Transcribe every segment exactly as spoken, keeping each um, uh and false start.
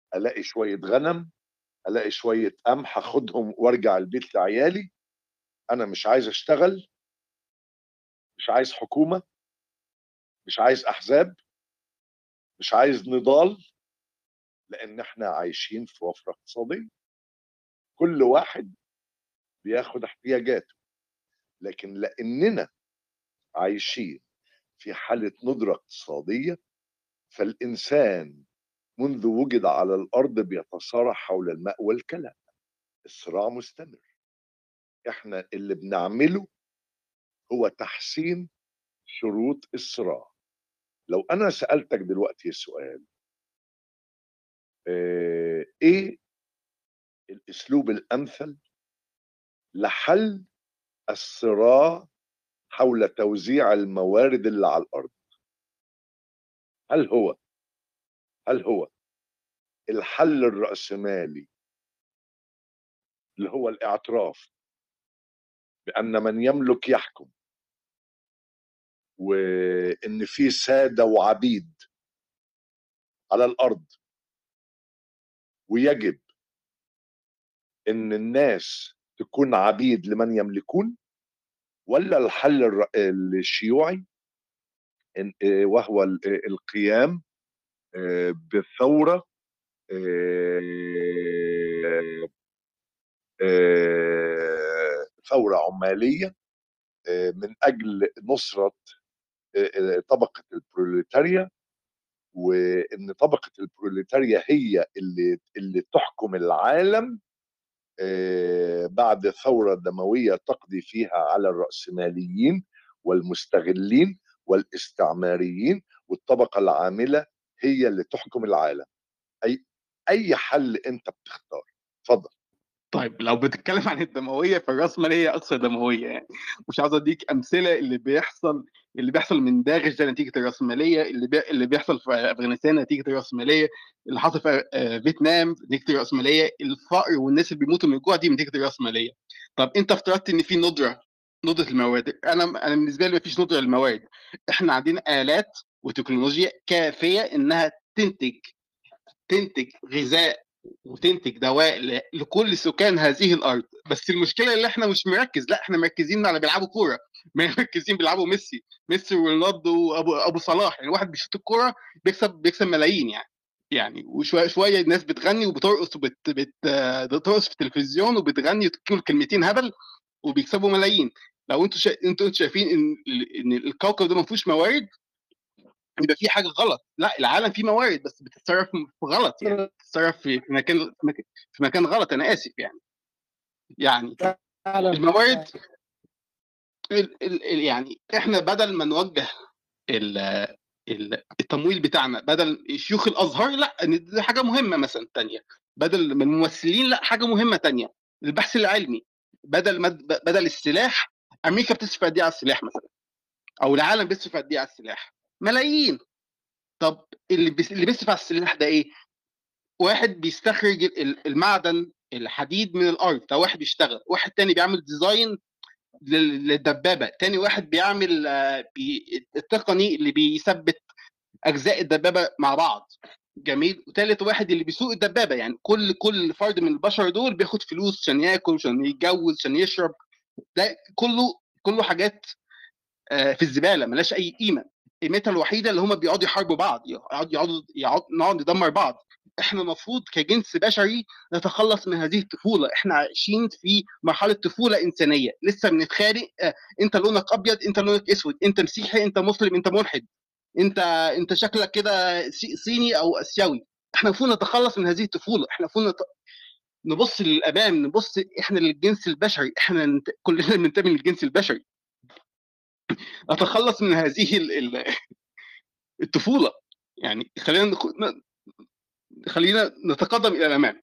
الاقي شويه غنم، الاقي شويه قمح اخدهم وارجع البيت لعيالي. انا مش عايز اشتغل، مش عايز حكومه، مش عايز احزاب، مش عايز نضال، لان احنا عايشين في وفره اقتصاديه، كل واحد بياخد احتياجاته. لكن لاننا عايشين في حاله ندره اقتصاديه، فالانسان منذ وجد على الارض بيتصارع حول الماء والكلى. الصراع مستمر. احنا اللي بنعمله هو تحسين شروط الصراع. لو انا سالتك دلوقتي السؤال، اه ايه الاسلوب الامثل لحل الصراع حول توزيع الموارد اللي على الارض؟ هل هو هل هو الحل الرأسمالي اللي هو الاعتراف بأن من يملك يحكم، وإن في سادة وعبيد على الأرض، ويجب إن الناس تكون عبيد لمن يملكون؟ ولا الحل الر- الشيوعي إن- وهو ال- القيام بثورة ثورة عمالية من أجل نصرة طبقة البروليتاريا، وإن طبقة البروليتاريا هي اللي اللي تحكم العالم بعد ثورة دموية تقضي فيها على الرأسماليين والمستغلين والاستعماريين، والطبقة العاملة هي اللي تحكم العالم. أي أي حل أنت بتختار؟ اتفضل. طيب لو بتتكلم عن الدمويه فالراسماليه اكثر دمويه، يعني مش عاوز اديك امثله اللي بيحصل اللي بيحصل من داعش ده نتيجه الراسماليه، اللي بي... اللي بيحصل في افغانستان نتيجه الراسماليه، اللي حصل في آه، فيتنام نتيجه الراسماليه، الفقر والناس اللي بيموتوا من الجوع دي نتيجه الراسماليه. طب انت افترضت ان في ندره ندره الموارد. انا انا بالنسبه لي مفيش ندره للموارد. احنا عندنا الات وتكنولوجيا كافيه انها تنتج تنتج غذاء وتنتج دواء ل- لكل سكان هذه الارض. بس المشكله اللي احنا مش مركز، لا احنا مركزين على بيلعبوا كوره، مركزين بيلعبوا ميسي ميسي ورونالدو وابو ابو صلاح. يعني واحد بيشوط الكوره بيكسب بيكسب ملايين يعني. يعني وشويه شويه الناس بتغني وبترقص وبت بت بترقص في التلفزيون وبتغني وتقول كلمتين هبل وبيكسبوا ملايين. لو انتوا شا... انتوا شايفين ان ان الكوكب ده ما فيهوش موارد، يبقى في حاجه غلط. لا العالم فيه موارد بس بتتصرف في غلط، يعني بتتصرف في في مكان في مكان, في مكان غلط. انا اسف يعني. يعني الموارد ال ال يعني احنا بدل ما نوجه ال ال التمويل بتاعنا بدل شيوخ الازهر، لا دي حاجه مهمه مثلا تانية. بدل من الممثلين، لا حاجه مهمه تانية. البحث العلمي. بدل ما بدل السلاح، امريكا بتصرف قد ايه على السلاح مثلا، او العالم بيصرف قد ايه على السلاح؟ ملايين. طب اللي بيس... اللي بيصرف على السلاح ده ايه؟ واحد بيستخرج ال- المعدن الحديد من الارض، ده واحد بيشتغل. واحد تاني بيعمل ديزاين لل- للدبابه. تاني واحد بيعمل آه، بي... التقني اللي بيثبت اجزاء الدبابه مع بعض. جميل. وثالث واحد اللي بيسوق الدبابه. يعني كل كل فرد من البشر دول بياخد فلوس عشان ياكل، عشان يتجوز، عشان يشرب. ده كله كله حاجات آه، في الزباله ملهاش اي قيمه. قيمتها الوحيده اللي هم بيقعدوا يحاربوا بعض، يقعدوا يقعدوا يقعد نقعد ندمر بعض. احنا المفروض كجنس بشري نتخلص من هذه الطفوله. احنا عايشين في مرحله طفوله انسانيه، لسه بنتخانق. آه، انت لونك ابيض، انت لونك اسود، انت مسيحي، انت مسلم، انت ملحد، انت انت شكلك كده سي- صيني او اسيوي. احنا المفروض نتخلص من هذه الطفوله. احنا المفروض نت... نبص للامام، نبص احنا للجنس البشري. احنا ننت... كلنا بننتمي للجنس البشري. اتخلص من هذه ال- ال- الطفوله. يعني خلينا نخ... ن- خلينا نتقدم الى الامام.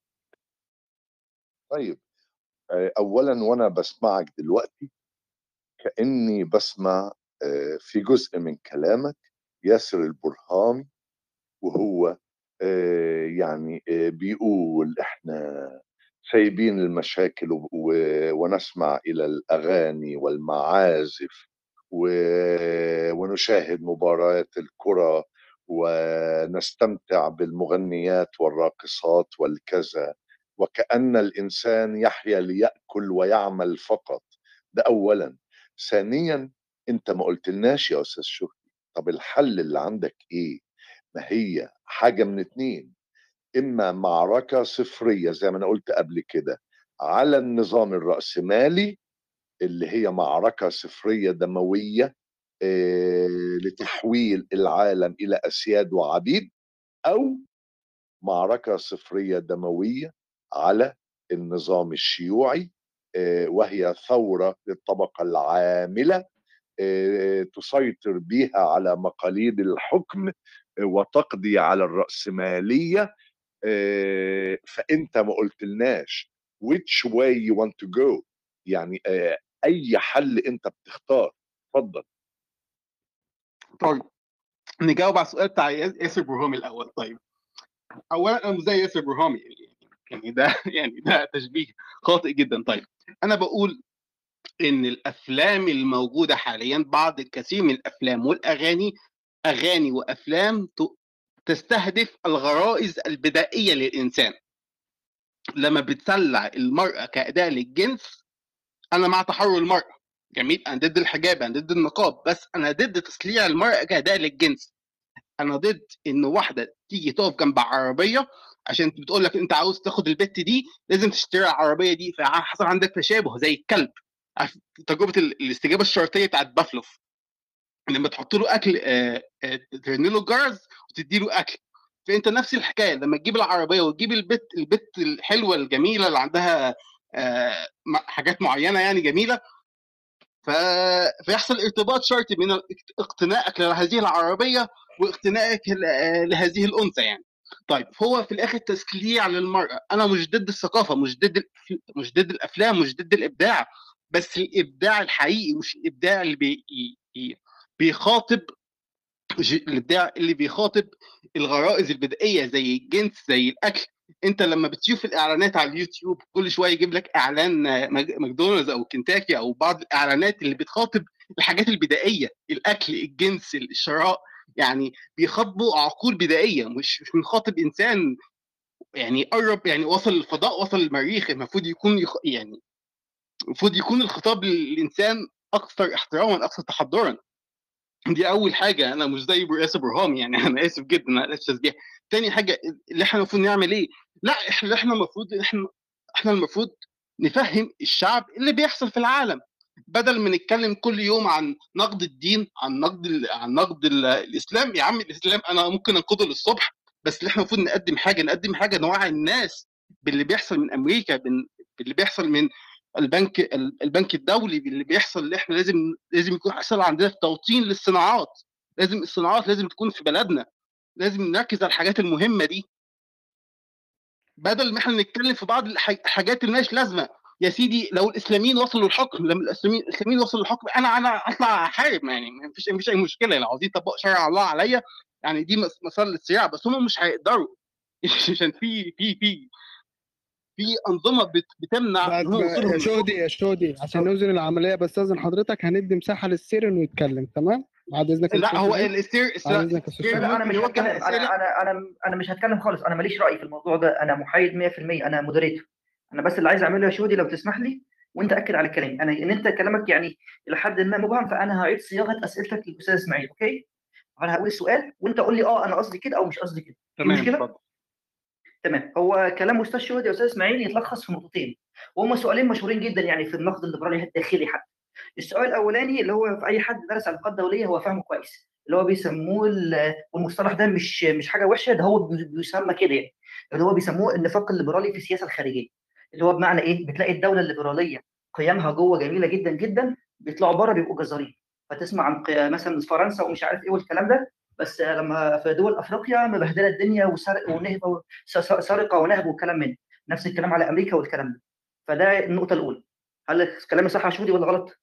طيب، آه، أولا وأنا بسمعك دلوقتي كأني بسمع آه، في جزء من كلامك ياسر البرهامي، وهو آه، يعني آه، بيقول احنا سايبين المشاكل و- و- ونسمع إلى الأغاني والمعازف و- ونشاهد مباريات الكرة ونستمتع بالمغنيات والراقصات والكذا، وكأن الإنسان يحيا ليأكل ويعمل فقط. ده أولا. ثانيا، أنت ما قلتلناش يا أستاذ شكري، طب الحل اللي عندك إيه؟ ما هي حاجة من اتنين: إما معركة صفرية زي ما أنا قلت قبل كده على النظام الرأسمالي، اللي هي معركة صفرية دموية آه، لتحويل العالم إلى أسياد وعبيد، أو معركة صفرية دموية على النظام الشيوعي، آه، وهي ثورة للطبقة العاملة آه، تسيطر بها على مقاليد الحكم آه، وتقضي على الرأسمالية. آه، فأنت ما قلتلناش which way you want to go، يعني آه، أي حل أنت بتختار. اتفضل. طيب نجاوب على السؤال بتاع ياس- ياسر برهامي الاول. طيب اولا انا مش زي ياسر برهامي يعني ده يعني ده تشبيه خاطئ جدا. طيب انا بقول ان الافلام الموجوده حاليا، بعض الكثير من الافلام والاغاني، اغاني وافلام ت- تستهدف الغرائز البدائيه للانسان. لما بتسلع المراه كاداه للجنس، انا مع تحرر المراه، جميل، انا ضد الحجاب، انا ضد النقاب، بس انا ضد تسليع المراه كاداه للجنس. انا ضد ان واحده تيجي تقف جنب عربيه عشان بتقول لك انت عاوز تاخد البت دي لازم تشتري العربيه دي، فحصل عندك تشابه زي الكلب. عارف تجربه ال- الاستجابه الشرطيه بتاعت بافلوف، لما تحط له اكل آه، آه، ترن له الجرس وتدي له اكل. فانت نفس الحكايه لما تجيب العربيه وتجيب البت البت الحلوه الجميله اللي عندها آه، م- حاجات معينه يعني جميله، ف... فيحصل ارتباط شرطي بين اقتنائك لهذه العربيه واقتنائك ل- لهذه الانثى يعني. طيب هو في الاخر تسليع للمراه. انا مش ضد الثقافه، مش ضد ال- مش ضد الافلام، مش ضد الابداع، بس الابداع الحقيقي مش الابداع اللي بي... ي- بيخاطب ج- الابداع اللي بيخاطب الغرائز البدائيه زي الجنس زي الاكل. انت لما بتشوف الاعلانات على اليوتيوب كل شويه يجيب لك اعلان آه، ماك- ماكدونالدز او كنتاكي او بعض الاعلانات اللي بتخاطب الحاجات البدائيه، الاكل، الجنس، الشراء، يعني بيخاطبوا عقول بدائيه، مش مش بنخاطب انسان يعني قرب، يعني وصل الفضاء، وصل المريخ. المفروض يكون يخ... يعني المفروض يكون الخطاب للانسان اكثر احتراما، اكثر تحضرا. دي اول حاجه، انا مش زي ياسر برهام يعني انا اسف جدا انا اسف تشبيه. تاني حاجه اللي احنا المفروض نعمل ايه؟ لا احنا احنا المفروض احنا احنا المفروض نفهم الشعب اللي بيحصل في العالم، بدل ما نتكلم كل يوم عن نقد الدين، عن نقد ال... عن نقد ال... الاسلام. يا عم الاسلام انا ممكن انقده للصبح، بس اللي احنا المفروض نقدم حاجه نقدم حاجه نوعي الناس باللي بيحصل من امريكا، بن... باللي بيحصل من البنك البنك الدولي، اللي بيحصل. اللي احنا لازم لازم يكون حصل عندنا توطين للصناعات، لازم الصناعات لازم تكون في بلدنا، لازم نركز على الحاجات المهمه دي بدل ما احنا نتكلم في بعض الحاجات اللي مالهاش لازمه. يا سيدي لو الاسلاميين وصلوا للحكم، لما الاسلاميين الاسلاميين وصلوا للحكم انا انا اطلع احارب يعني، ما فيش مفيش اي مشكله لو عاوزين يطبقوا شرع الله عليا يعني، دي مسار للصياعه، بس هم مش هيقدروا عشان في في في في انظمه بت- بتمنع بعد ان هم ما يوصلوا يا من شهدي الحكم. يا شهدي عشان نوزن العملية، بستأذن حضرتك هندي مساحة للسير انه يتكلم. تمام، بعد اذنك يا لا استاذ هو شهدي. الاستير بعد اذنك يا استاذ الاستير لا شهدي. لا انا ممكن مش يوجه هتكلم، الاسئله. انا انا انا انا مش هتكلم خالص، انا ماليش راي في الموضوع ده، انا محايد مية في المية، انا مودريتور. انا بس اللي عايز اعمله يا شودي لو تسمح لي، وانت اكد على كلامي انا ان انت كلامك يعني الى حد ما مبهم، فانا هعيد صياغه اسئلتك للاستاذ اسماعيل. اوكي، انا هقول السؤال وانت قول لي اه انا قصدي كده او مش قصدي كده، في تمام مشكله؟ اتفضل. تمام. هو كلام استاذ شهدي يا استاذ اسماعيل يتلخص في نقطتين، وهم سؤالين مشهورين جدا يعني في النقد الليبرالي الداخلي حتى. السؤال الاولاني اللي هو في اي حد درس علاقات دوليه هو فاهمه كويس، اللي هو بيسموه ال- والمصطلح ده مش مش حاجه وحشه، ده هو بي- بيسمى كده يعني، اللي هو بيسموه النفاق الليبرالي في السياسه الخارجيه. اللي هو بمعنى ايه؟ بتلاقي الدوله الليبراليه قيمها جوه جميله جدا جدا، بيطلعوا بره بيبقوا جزارين. فتسمع عن قي- مثلا فرنسا ومش عارف ايه والكلام ده، بس لما في دول افريقيا مبهدله الدنيا وسرق ونهب سرقه ونهب والكلام من نفس الكلام على امريكا والكلام ده. فده النقطه الاولى. هل كلامي صح يا شودي ولا غلط؟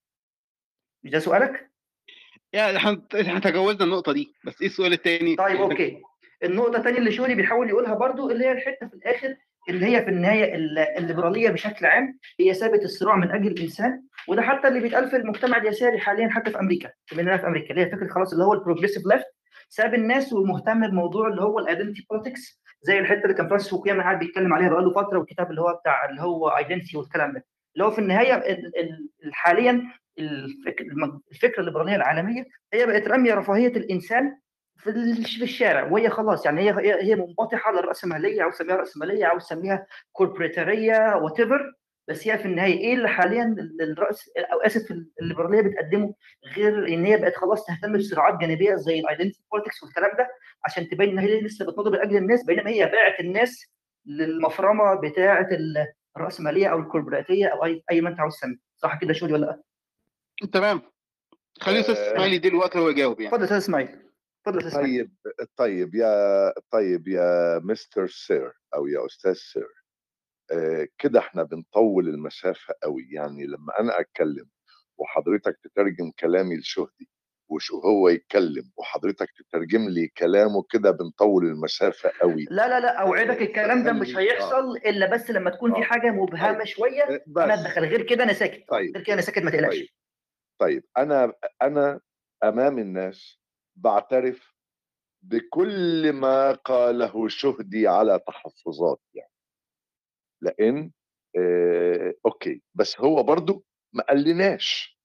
مش ده سؤالك؟ يعني احنا احنا تجاوزنا النقطه دي، بس ايه السؤال الثاني؟ طيب اوكي. النقطة الثانية اللي شوري بيحاول يقولها برضو اللي هي الحتة في الآخر، اللي هي في النهاية ال- الليبرالية بشكل عام هي ثابت الصراع من أجل الإنسان، وده حتى اللي بيتقال في المجتمع اليساري حاليا حتى في أمريكا، بما إننا في أمريكا، اللي هي فكرة خلاص اللي هو البروجريسيف ليفت، ساب الناس ومهتم بموضوع اللي هو الايدنتي بوليتكس، زي الحته اللي كان فرانسيس فوكوياما قاعد بيتكلم عليها بقاله فتره، والكتاب اللي هو بتاع اللي هو ايدنتي والكلام ده، اللي هو في النهايه ال- ال- حاليا الفكر الفكره الليبراليه العالميه هي بقت راميه رفاهيه الانسان في ال- في الشارع، وهي خلاص يعني هي هي هي منبطحه للراسماليه، او سميها راسماليه او سميها كوربريتاريه وات ايفر. بس هي في النهايه ايه اللي حاليا الراس او اسف الليبراليه بتقدمه، غير ان هي بقت خلاص تهتم بصراعات جانبيه زي الايدنتي بوليتكس والكلام ده، عشان تبين ان هي لسه بتناضل من اجل الناس، بينما هي باعت الناس للمفرمه بتاعه الراسماليه او الكوربراتيه او اي اي ما انت عاوز تسميه. صح كده شودي ولا لا؟ تمام. خلي استاذ آه، اسماعيل دلوقتي هو يجاوب يعني. اتفضل يا استاذ اسماعيل، اتفضل يا استاذ اسماعيل. طيب طيب يا طيب يا مستر سير او يا استاذ سير، آه، كده احنا بنطول المسافه قوي. يعني لما انا اتكلم وحضرتك تترجم كلامي لشهدي وشو هو يتكلم وحضرتك تترجم لي كلامه، كده بنطول المسافه قوي. لا لا لا اوعدك آه، الكلام ده مش فخلي اه هيحصل الا بس لما تكون في اه حاجه مبهمه طيب شويه آه، وانا بس اتدخل، غير كده انا ساكت. اه طيب غير كده انا ساكت، ما طيب تقلقش. طيب انا انا امام الناس بعترف بكل ما قاله شهدي على تحفظات، يعني لان آه اوكي، بس هو برضو ما قالناش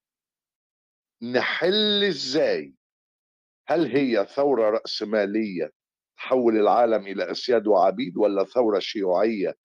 نحل ازاي. هل هي ثورة رأسمالية تحول العالم إلى أسياد وعبيد، ولا ثورة شيوعية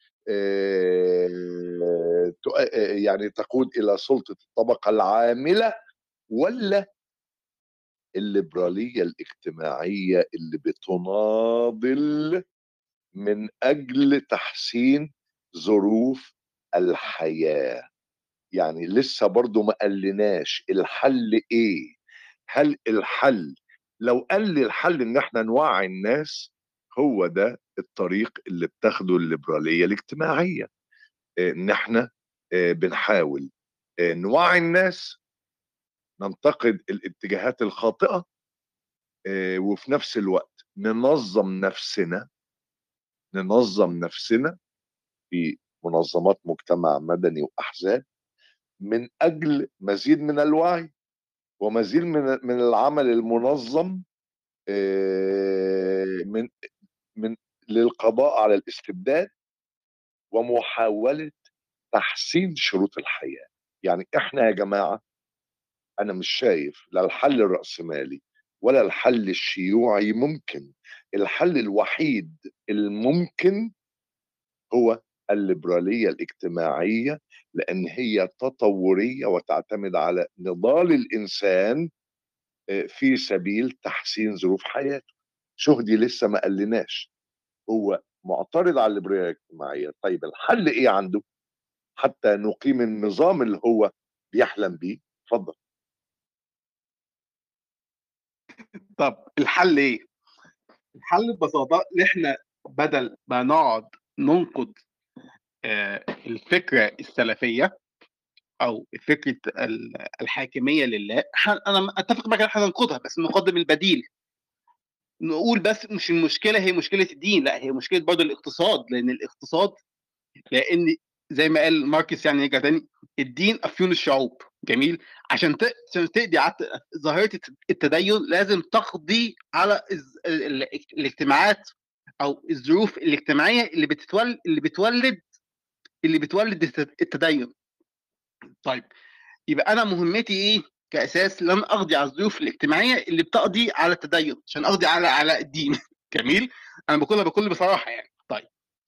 آه تؤ- آه، يعني تقود إلى سلطة الطبقة العاملة، ولا الليبرالية الاجتماعية اللي بتناضل من أجل تحسين ظروف الحياة؟ يعني لسه برضو ما قالناش الحل إيه. هل الحل، لو قال لي الحل إن احنا نوعي الناس، هو ده الطريق اللي بتاخده الليبرالية الاجتماعية، إيه، إن احنا إيه، بنحاول إيه، نوعي الناس، ننتقد الاتجاهات الخاطئة، إيه، وفي نفس الوقت ننظم نفسنا ننظم نفسنا في منظمات مجتمع مدني وأحزاب من أجل مزيد من الوعي ومزيد من من العمل المنظم، آه، من من للقضاء على الاستبداد ومحاولة تحسين شروط الحياة. يعني احنا يا جماعة، أنا مش شايف لا الحل الرأسمالي ولا الحل الشيوعي ممكن. الحل الوحيد الممكن هو الليبرالية الاجتماعية، لأن هي تطورية وتعتمد على نضال الإنسان في سبيل تحسين ظروف حياته. شهدي لسه ما قالناش هو معترض على الليبرالية الاجتماعية. طيب الحل إيه عنده حتى نقيم النظام اللي هو بيحلم بيه؟ اتفضل. طب الحل ايه؟ الحل ببساطه ان احنا بدل ما نقعد ننقد آه، الفكره السلفيه او فكره ال- الحاكميه لله، ح- انا اتفق معاك ان احنا ننقدها بس نقدم البديل. نقول بس مش المشكله هي مشكله الدين، لا هي مشكله برضه الاقتصاد، لان الاقتصاد، لان زي ما قال ماركس يعني يرجع تاني، الدين افيون الشعوب. جميل. عشان ت- عشان تقضي على ظاهره التدين لازم تقضي على الز- ال- ال- الاجتماعات او الظروف الاجتماعيه اللي بتتولد اللي بتولد اللي بتولد الت- التدين. طيب يبقى انا مهمتي ايه كاساس؟ لن اقضي على الظروف الاجتماعيه اللي بتقضي على التدين عشان اقضي على على الدين. جميل. انا بقولها بكل بصراحه يعني. طيب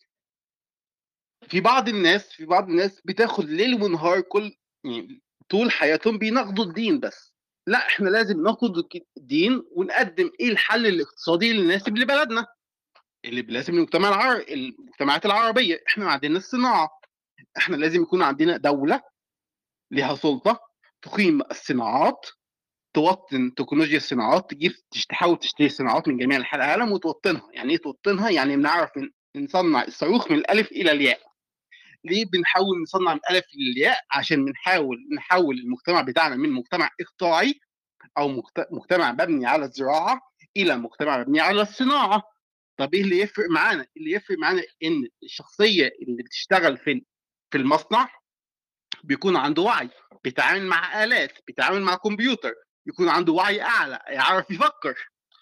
في بعض الناس في بعض الناس بتاخد ليل ونهار، كل يعني طول حياتهم بيناقضوا الدين بس. لا احنا لازم ناخد الدين ونقدم ايه الحل الاقتصادي اللي يناسب لبلدنا، اللي بيناسب المجتمع العربي، المجتمعات العربيه. احنا عندنا الصناعه، احنا لازم يكون عندنا دوله لها سلطه تقيم الصناعات، توطن تكنولوجيا الصناعات، تجيب تحاول تشتري صناعات من جميع انحاء العالم وتوطنها. يعني ايه توطنها؟ يعني بنعرف نصنع الصاروخ من الالف الى الياء. ليه بنحاول نصنع من الالف للياء؟ عشان بنحاول نحول المجتمع بتاعنا من مجتمع اقطاعي او مجتمع مبني على الزراعه الى مجتمع مبني على الصناعه. طب ايه اللي يفرق معانا؟ اللي يفرق معانا ان الشخصيه اللي بتشتغل في في المصنع بيكون عنده وعي، بيتعامل مع آلات، بيتعامل مع كمبيوتر، يكون عنده وعي اعلى، يعرف يفكر.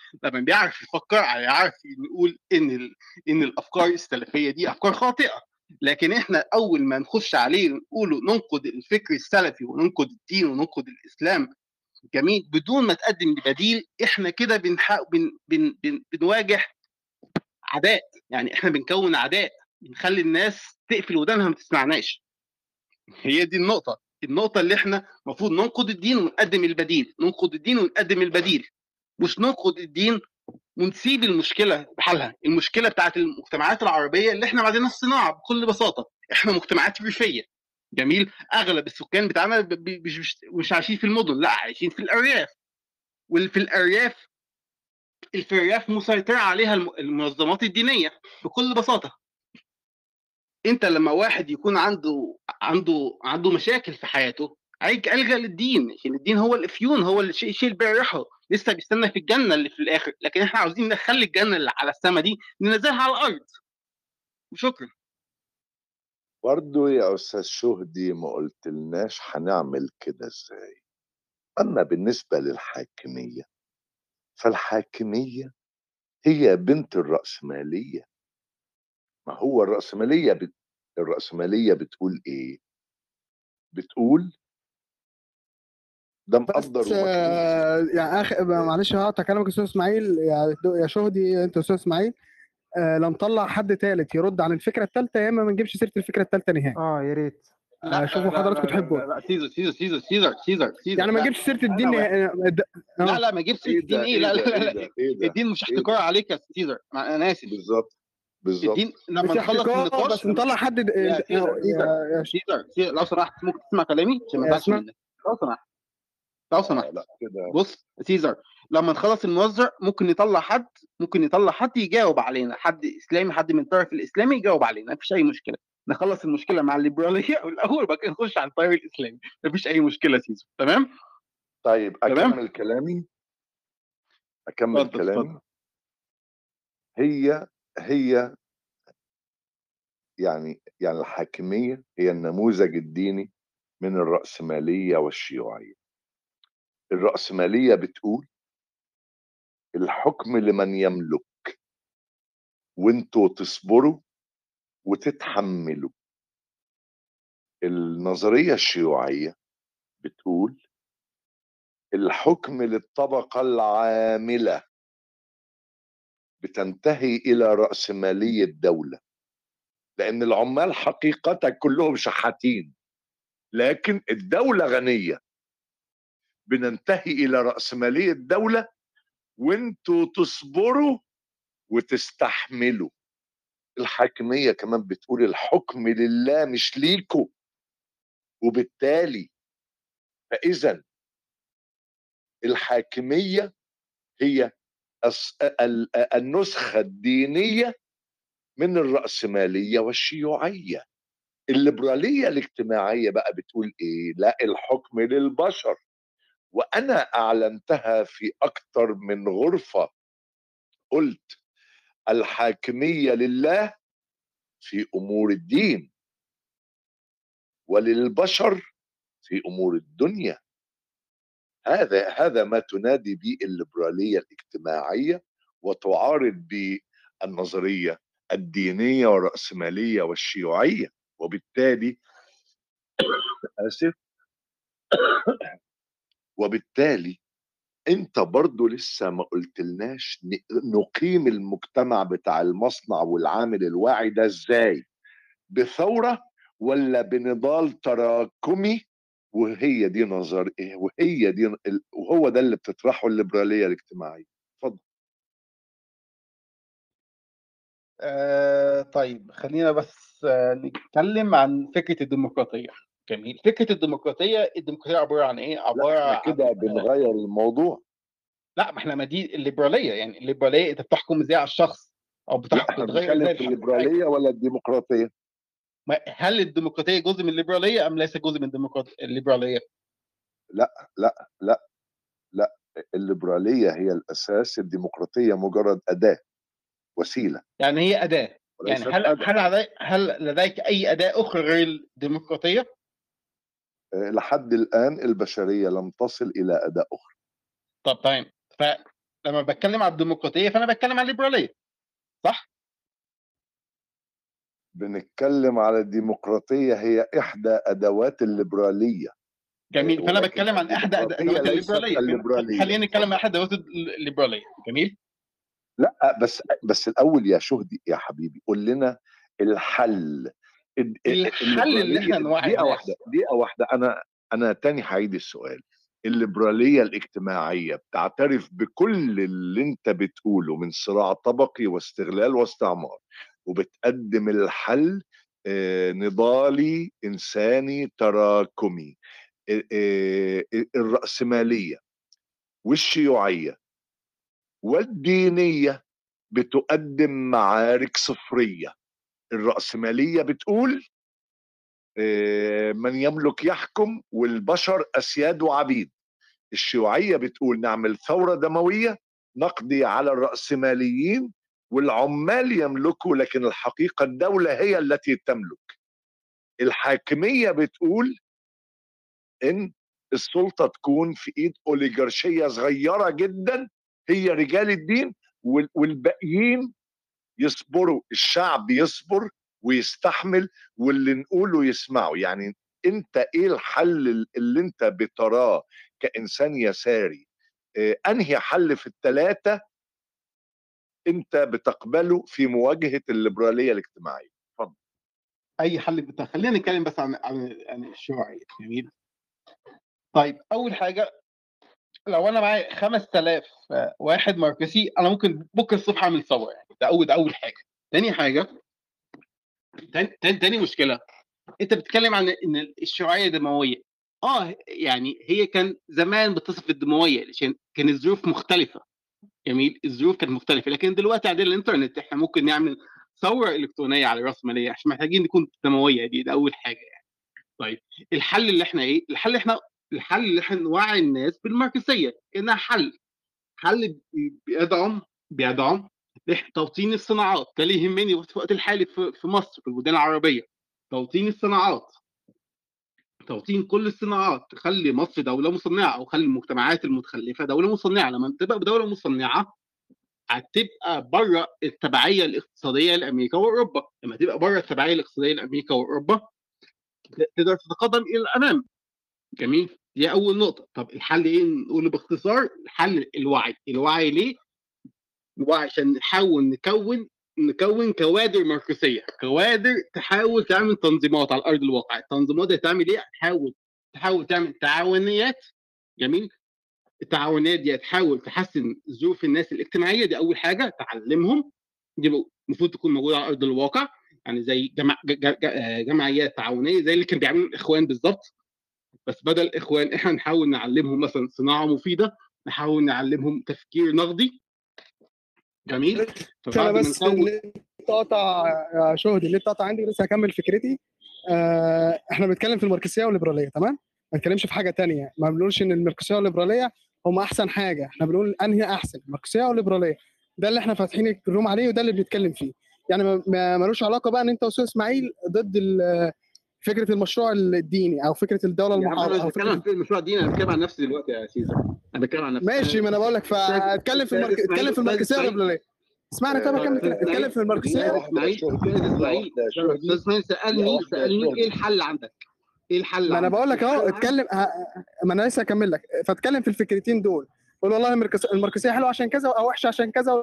لما بيعرف يفكر يعرف نقول ان ال... ان الافكار السلفيه دي افكار خاطئه. لكن احنا اول ما نخش عليه نقوله ننقد الفكر السلفي وننقد الدين وننقد الاسلام جميل بدون ما تقدم بديل، احنا كده بنح... بن... بن... بن... بنواجه عداء. يعني احنا بنكون عداء، بنخلي الناس تقفل ودانها ما تسمعناش. هي دي النقطه النقطه اللي احنا المفروض ننقد الدين ونقدم البديل، ننقد الدين ونقدم البديل، مش ننقد الدين ونسيب المشكله بحالها. المشكله بتاعت المجتمعات العربيه اللي احنا ما عندناش صناعه بكل بساطه، احنا مجتمعات ريفيه. جميل. اغلب السكان بتاعنا ب- ب- مش مش مش عايشين في المدن، لا عايشين في الارياف. واللي في الارياف في الارياف مسيطره عليها الم- المنظمات الدينيه بكل بساطه. انت لما واحد يكون عنده عنده عنده مشاكل في حياته هيجي الجا للدين، عشان الدين هو الافيون، هو الشيء الشيء اللي بيريحه، لسه بيستنى في الجنه اللي في الاخر. لكن احنا عاوزين نخلي الجنه اللي على السما دي ننزلها على الارض. وشكرا. برضه يا أستاذ شهدي ما قلتلناش هنعمل كده إزاي. أما بالنسبة للحاكمية، فالحاكمية هي بنت الرأسمالية. ما هو الرأسمالية بت... الرأسمالية بتقول إيه؟ بتقول ده مقدر بس ومكنون. آه، يعني اخ معلش هقطع كلامك يا استاذ اسماعيل، يا يا شهدي انت يا استاذ اسماعيل. آه، لا نطلع حد ثالث يرد عن الفكره الثالثه، يا اما ما نجيبش سيره الفكره الثالثه نهائي. اه يا ريت. لا آه، شوفوا لا حضراتكم لا تحبوا لا, لا. سيزر سيزر سيزر سيزر سيزر سيزر يعني ما لا. نجيبش سيره الدين انا واحد. نهائي. آه، د- لا اه لا ما اجيبش سيره إيه الدين. ده ايه إيه لا ده لا إيه لا, ده لا. إيه ده الدين مش إيه احتكار ده عليك يا سيزر، ما انا اسف. بالظبط بالظبط. الدين لما مش نخلص احتكار، النقاش بس نطلع حد د- يا د- سيزر آه، سيزر يا يا سيزر سيزر لو سمحت ممكن تسمع كلامي عشان ما يا ازعلش اسمع. منك. لو سمحت لو آه سمحت لا كده. بص سيزر، لما نخلص الموزع ممكن نطلع حد ممكن نطلع حد يجاوب علينا، حد اسلامي، حد من الطرف الاسلامي يجاوب علينا، مفيش اي مشكله. نخلص المشكله مع الليبراليه الاول وبعد كده نخش على التيار الاسلامي، مفيش اي مشكله سيزر. تمام طيب تمام. أكمل كلامي أكمل اتفضل كلامي. اتفضل. هي هي يعني يعني الحاكمية هي النموذج الديني من الرأسمالية والشيوعية. الرأسمالية بتقول الحكم لمن يملك، وانتوا تصبروا وتتحملوا. النظرية الشيوعية بتقول الحكم للطبقة العاملة، بتنتهي إلى رأسمالية دولة، لأن العمال حقيقة كلهم شحاتين، لكن الدولة غنية. بننتهي إلى رأسمالية دولة وانتوا تصبروا وتستحملوا. الحاكمية كمان بتقول الحكم لله مش ليكوا، وبالتالي فإذا الحاكمية هي النسخة الدينية من الرأسمالية والشيوعية. الليبرالية الاجتماعية بقى بتقول ايه؟ لا، الحكم للبشر، وانا اعلنتها في اكتر من غرفة. قلت الحاكمية لله في امور الدين، وللبشر في امور الدنيا. هذا هذا ما تنادي به الليبرالية الاجتماعية وتعارض بالنظرية الدينية والرأسمالية والشيوعية. وبالتالي آسف وبالتالي انت برضو لسه ما قلتلناش نقيم المجتمع بتاع المصنع والعامل الواعي ده ازاي؟ بثورة ولا بنضال تراكمي؟ وهي دي نظر ايه وهي دي وهو ده اللي بتطرحه الليبرالية الاجتماعية. اتفضل. آه طيب خلينا بس آه نتكلم عن فكره الديمقراطيه. جميل. فكره الديمقراطيه الديمقراطيه عباره عن ايه؟ لا عباره احنا عن كده بنغير الموضوع. لا ما احنا ما دي الليبراليه. يعني الليبراليه انت بتحكم ازاي على الشخص او لا بتح... احنا بتغير بنتكلم ازاي في الحاجه. الليبرالية ولا الديمقراطية؟ ما- هل الديمقراطيه جزء من الليبراليه ام ليس جزء من الديمقراطيه الليبراليه؟ لا لا لا لا الليبرالية هي الأساس، الديمقراطية مجرد أداة، وسيلة يعني هي اداه. يعني وليست هل أداة. هل لدي... هل لديك اي اداه اخرى غير الديمقراطيه؟ لحد الآن البشرية لم تصل إلى أداة أخرى. طب تمام. ف لما بتكلم على الديمقراطيه فانا بتكلم على الليبراليه، صح؟ بنتكلم على الديمقراطية، هي إحدى أدوات الليبرالية. جميل. فانا ولكن بتكلم عن احدى الديمقراطية ادوات ليست الليبراليه. الليبرالية. خلينا نتكلم عن احدى ادوات الليبراليه. جميل. لا بس بس الأول يا شهدي يا حبيبي قول لنا الحل. ال- الحل اللي احنا الليبرالية، نوعي دقيقة الناس. واحدة دقيقة واحدة أنا أنا تاني هعيد السؤال. الليبرالية الاجتماعية بتعترف بكل اللي أنت بتقوله من صراع طبقي واستغلال واستعمار، وبتقدم الحل آه، نضالي إنساني تراكمي. آه، آه، الرأسمالية والشيوعية والدينية بتقدم معارك صفرية. الرأسمالية بتقول آه، من يملك يحكم والبشر أسياد وعبيد. الشيوعية بتقول نعمل ثورة دموية نقضي على الرأسماليين والعمال يملكوا، لكن الحقيقة الدولة هي التي تملك. الحاكمية بتقول إن السلطة تكون في إيد أوليغارشية صغيرة جدا هي رجال الدين، وال- والباقيين يصبروا، الشعب يصبر ويستحمل واللي نقوله يسمعوا. يعني انت ايه الحل اللي انت بتراه كإنسان يساري؟ اه انهي حل في الثلاثة انت بتقبله في مواجهة الليبرالية الاجتماعية؟ اتفضل. اي حل بتاع. خلينا نتكلم بس عن عن عن الشيوعيه. جميل. طيب اول حاجه، لو انا معايا خمسة آلاف واحد ماركسي انا ممكن بكره الصبح اعمل ثوره. يعني ده اول ده اول حاجه. تاني حاجه، تاني, تاني, تاني مشكله، انت بتتكلم عن ان الشيوعيه دمويه. اه يعني هي كان زمان بتصف الدمويه عشان كان الظروف مختلفه. جميل. الظروف كانت مختلفه، لكن دلوقتي عندنا الانترنت احنا ممكن نعمل ثوره الكترونيه على الراسماليه، عشان محتاجين نكون دمويه. دي ده اول حاجه يعني. طيب الحل اللي احنا ايه؟ الحل احنا الحل اللي احنا نوعي الناس بالماركسيه انها حل. حل بيدعم بيدعم توطين الصناعات. ده اللي يهمني في الوقت الحالي في في مصر، في البلدان العربيه. توطين الصناعات، توطين كل الصناعات، تخلي مصر دوله مصنعه، او خلي المجتمعات المتخلفه دوله مصنعه. لما تبقى دوله مصنعه هتبقى بره التبعيه الاقتصاديه لامريكا واوروبا. لما تبقى بره التبعيه الاقتصاديه لامريكا واوروبا تقدر تتقدم الى الامام. جميل. دي اول نقطه. طب الحل ايه؟ نقول باختصار، الحل الوعي. الوعي ليه؟ الوعي عشان نحاول نكون نكون كوادر ماركسيه، كوادر تحاول تعمل تنظيمات على ارض الواقع. التنظيمات دي تعمل ايه؟ تحاول تحاول تعمل تعاونيات. جميل. التعاونات دي تحاول تحسن ظروف الناس الاجتماعيه. دي اول حاجه، تعلمهم. دي المفروض تكون موجوده على ارض الواقع. يعني زي جمع جمعيات تعاونيه زي اللي كان بيعملوا الاخوان بالظبط. بس بدل الاخوان احنا نحاول نعلمهم مثلا صناعه مفيده، نحاول نعلمهم تفكير نقدي. جميل. انا فبعد ما بس نكون اللي اتقطع يا شهدي، اللي اتقطع عندي لسه هكمل فكرتي. آه احنا بنتكلم في الماركسيه والليبراليه، تمام؟ ما نتكلمش في حاجه تانية. ما بنقولش ان الماركسيه والليبراليه هم احسن حاجه، احنا بنقول انهي احسن، الماركسيه والليبراليه. ده اللي احنا فاتحين الروم عليه وده اللي بنتكلم فيه. يعني ما- ما ملوش علاقه بقى ان انت استاذ اسماعيل ضد ال- فكره المشروع الديني او فكره الدوله يا عم انا المحافظه مش او بتكلم عن فكره. المشروع الديني، انا بتكلم عن نفسي دلوقتي يا سيزر. انا بتكلم عن نفسي. ماشي، ما انا بقول لك فاتكلم في المارك... اتكلم في الماركسيه والليبراليه. اسمعني طب اكمل كده، اتكلم في الماركسيه. استاذ اسماعيل استاذ اسماعيل استاذ اسماعيل سالني سالني ايه الحل عندك؟ ايه الحل ما انا عندك؟ بقول لك اهو الحل اتكلم ه- ما انا لسه هكمل لك. فاتكلم في الفكرتين دول، قول والله الماركس- الماركسيه حلوه عشان كذا او وحشه عشان كذا،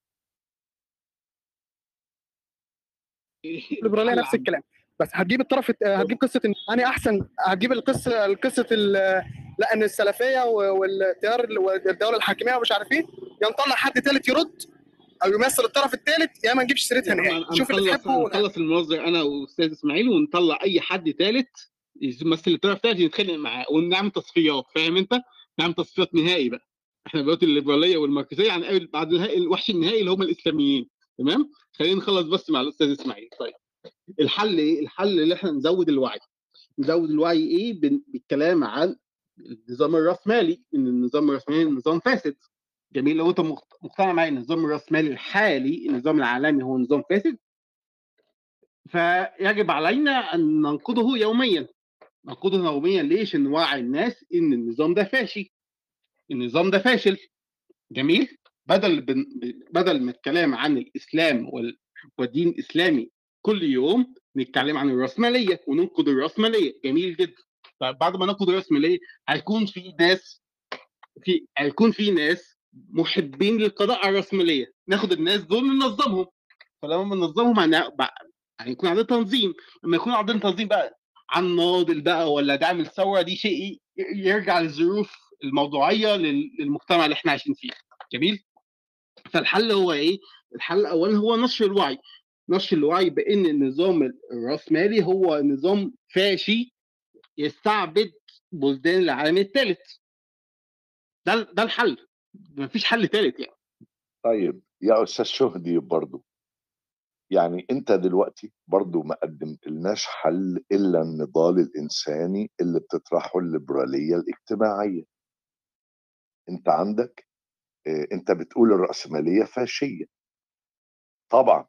والليبراليه الحل نفس عندك. الكلام. بس هتجيب الطرف الت- هتجيب قصه ان انا احسن، هتجيب القصه القصه ال- لا ان السلفيه و- والتيار ال- والدوله الحاكميه ومش عارف ايه، يا نطلع حد ثالث يرد او يمثل الطرف الثالث، يا ما نجيبش سيرتها يا عم نهائي. انا شوف اللي نخلص تحبه. نخلص المنظر انا واستاذ اسماعيل ونطلع اي حد ثالث يمثل الطرف الثالث نتخانق معاه ونعمل تصفيات. فاهم انت؟ نعمل تصفيات نهائي بقى. احنا دلوقتي الليبراليه والماركسيه يعني بعد النهائي الوحش النهائي اللي هم الاسلاميين. تمام. خلينا نخلص بس مع الاستاذ اسماعيل. طيب الحل ايه؟ الحل اللي احنا نزود الوعي. نزود الوعي ايه؟ بال- بالكلام عن النظام الراسمالي، ان النظام الراسمالي نظام فاسد. جميل. لو انت مقت- مقتنع معايا ان النظام الراسمالي الحالي النظام العالمي هو نظام فاسد، فيجب علينا ان ننقده يوميا. ننقده يوميا ليش؟ عشان نوعي الناس ان النظام ده فاشل. النظام ده فاشل. جميل. بدل بن... بدل ما الكلام عن الاسلام وال... والدين الاسلامي كل يوم نتكلم عن الرأسمالية وننقد الرأسمالية. جميل جدا. طيب بعد ما ننقد الرأسمالية هيكون في ناس في هيكون في ناس محبين للقضاء على الرأسمالية، ناخد الناس دول ننظمهم. فلما ننظمهم هن... هيكون عندنا تنظيم. لما يكون عندنا تنظيم بقى عن ناضل بقى ولا دعم الثورة، دي شيء يرجع للظروف الموضوعية للمجتمع اللي احنا عايشين فيه. جميل. فالحل هو ايه؟ الحل اولا هو نشر الوعي، نشر الوعي بان النظام الرأسمالي هو نظام فاشي يستعبد بلدان العالم الثالث. ده ده الحل، مفيش حل ثالث يعني. طيب يا استاذ شهدي، برضو يعني انت دلوقتي برضو ما قدمتلناش حل الا النضال الانساني اللي بتطرحه الليبراليه الاجتماعيه. انت عندك اه انت بتقول الرأسماليه فاشيه طبعا،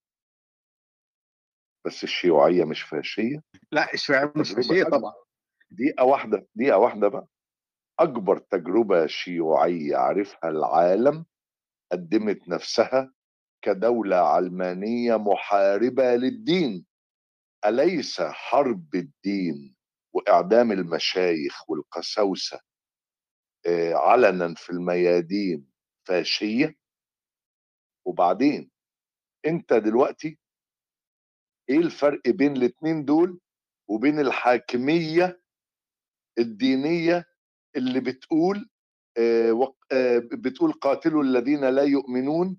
بس الشيوعيه مش فاشيه. لا الشيوعيه مش تجربة فاشيه أكبر. طبعا. دقيقه واحده دقيقه واحده بقى. اكبر تجربه شيوعيه عرفها العالم قدمت نفسها كدوله علمانيه محاربه للدين. أليس حرب الدين وإعدام المشايخ والقساوسة آه، علنا في الميادين فاشية؟ وبعدين أنت دلوقتي إيه الفرق بين الاتنين دول وبين الحاكمية الدينية اللي بتقول آه، وق- آه، بتقول قاتلوا الذين لا يؤمنون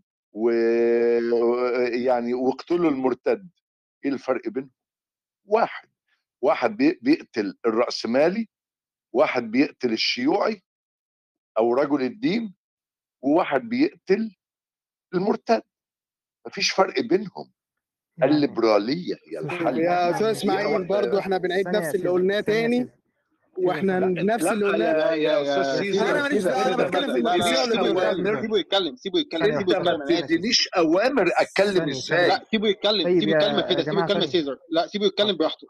ويعني واقتلوا المرتد؟ إيه الفرق بينهم؟ واحد واحد بي- بيقتل الرأسمالي، واحد بيقتل الشيوعي او رجل الدين، وواحد بيقتل المرتد. مفيش فرق بينهم. يعني الليبراليه هي أستاذ الحل. يا استاذ يعني اسماعيل برضو احنا بنعيد ثانية يا نفس اللي سيزر، قلناه ثانية يا تاني، سيزر. واحنا سيزر، نفس اللي لا قلناه. يا يا استاذ يا سيزر، انا ماليش دعوه، انا سيزر، بتكلم في انت ما الماركسيه بتدينيش والليبراليه. اوامر. سيبه يتكلم سيبه يتكلم ثانية سيبه انت واحدة، ما يتكلم. ثانية انا يا اسف. سيزر. بتدينيش اوامر اتكلم ثانية ثانية. ازاي. لا سيبه يتكلم طيب سيبه يا يتكلم يا كده، سيبه جماعة يتكلم يا ثانية. سيزر. لا سيبه يتكلم براحته.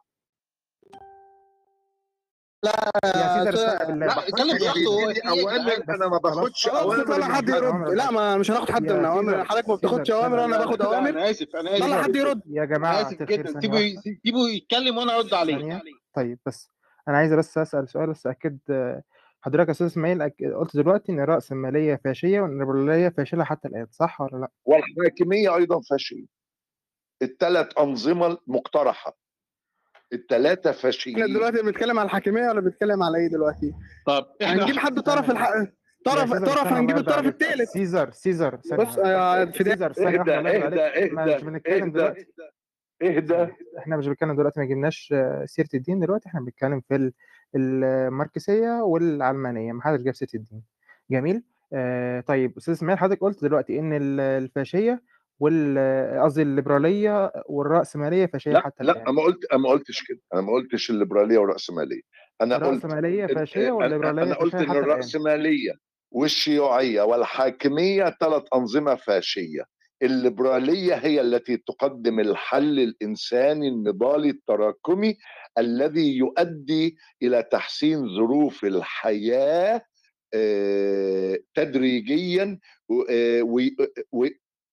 يا سيزر استنى بالله. لا اتكلم انت براحته. هو بتديني في ايه يا اوامر، جدعان؟ انا ما بس خلاص باخدش خلاص اوامر طلع من حد حد. يرد. لا ما مش هناخد حد يا من اوامر، سيزر، حضرتك ما بتاخدش سيزر، اوامر ثانية. وانا لا باخد لا اوامر. انا اسف انا اسف طلع حد سيزر يرد. يا انا جماعة اسف الخير، جدا. ثانية سيبه واحدة. سيبه يتكلم وانا ارد عليه. ثانية. طيب بس أنا عايز بس أسأل سؤال بس أكد. آه، حضرتك يا أستاذ إسماعيل أك- قلت دلوقتي إن الرأسمالية فاشية وإن الليبرالية فاشلة حتى الآن، صح ولا لأ؟ والحاكميه ايضا فاشيه. الثلاث انظمه المقترحه الثلاثه احنا فاشيين. دلوقتي بنتكلم على الحكوميه ولا بنتكلم على ايه دلوقتي؟ طب احنا هنجيب حد طرف ثانية. الح... يا طرف سيزر طرف استنى، الله هنجيب يرضى الطرف عليك. الثالث. سيزر سيزر ثانية بص واحدة. يا فداء، سيزر ثانية اهدى واحدة، الله يرضى اهدى عليك. ما مش اهدى بنتكلم اهدى دلوقتي. اهدى. احنا مش بنتكلم دلوقتي، ما جبناش آه، سيرة الدين دلوقتي. احنا بنتكلم في ال- الماركسية والعلمانية، ما حدش جاب سيرة الدين. جميل. آه طيب أستاذ إسماعيل، حضرتك قلت دلوقتي إن ال- الفاشية وال قصدي الليبرالية والرأسمالية فاشية لا حتى لا، الآن. ما قلت ما قلتش كده. انا ما قلتش الليبراليه والراسماليه. انا قلت الرأسمالية ال- فاشية انا والليبرالية أنا قلت فاشية ان حتى الآن. الراسماليه والشيوعيه والحاكميه ثلاث انظمه فاشيه. الليبراليه هي التي تقدم الحل الانساني النضالي التراكمي الذي يؤدي الى تحسين ظروف الحياه آه، تدريجيا و- آه، وي- و-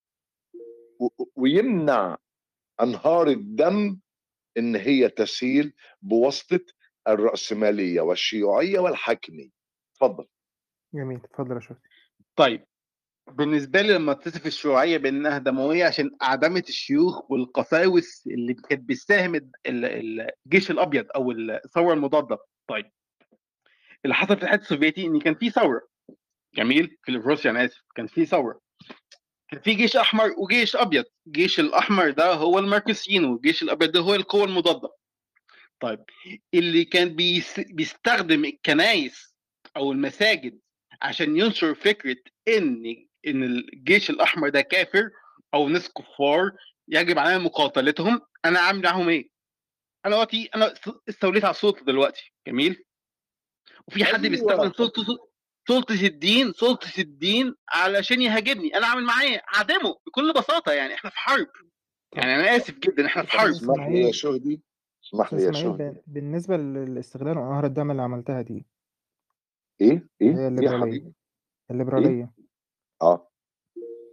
و- ويمنع انهار الدم ان هي تسيل بواسطه الرأسمالية والشيوعية والحاكمية. اتفضل. جميل، اتفضل يا شرطي. طيب بالنسبه لي لما تصف الشيوعيه بانها دمويه عشان اعدمت الشيوخ والقساوس اللي كانت بتساهم ال- ال- الجيش الابيض او الثوره المضاده. طيب اللي حصل في الاتحاد السوفيتي ان كان في ثوره. جميل. في روسيا انا اسف كان في ثوره، كان في جيش احمر وجيش ابيض. الجيش الاحمر ده هو الماركسيين والجيش الابيض ده هو القوه المضاده. طيب اللي كان بيس- بيستخدم الكنائس او المساجد عشان ينشر فكره ان ان الجيش الاحمر ده كافر او ناس كفار يجب علينا مقاتلتهم، انا عامل معاهم ايه؟ انا دلوقتي انا استوليت على السلطه دلوقتي. جميل. وفي حد أيوة. بيستخدم سلطه سلطه الدين سلطه الدين علشان يهاجمني، انا عامل معاه ايه؟ اعدمه بكل بساطه. يعني احنا في حرب. يعني انا اسف جدا احنا في حرب. اسمح لي يا شهدي، اسمح أستاذ لي يا إسماعيل، شهدي. ب- بالنسبة للاستغلال وأنهار الدم اللي عملتها دي، ايه اللي ايه هي ايه يا الليبرالية حبيبي؟ ايه؟ الليبرالية اه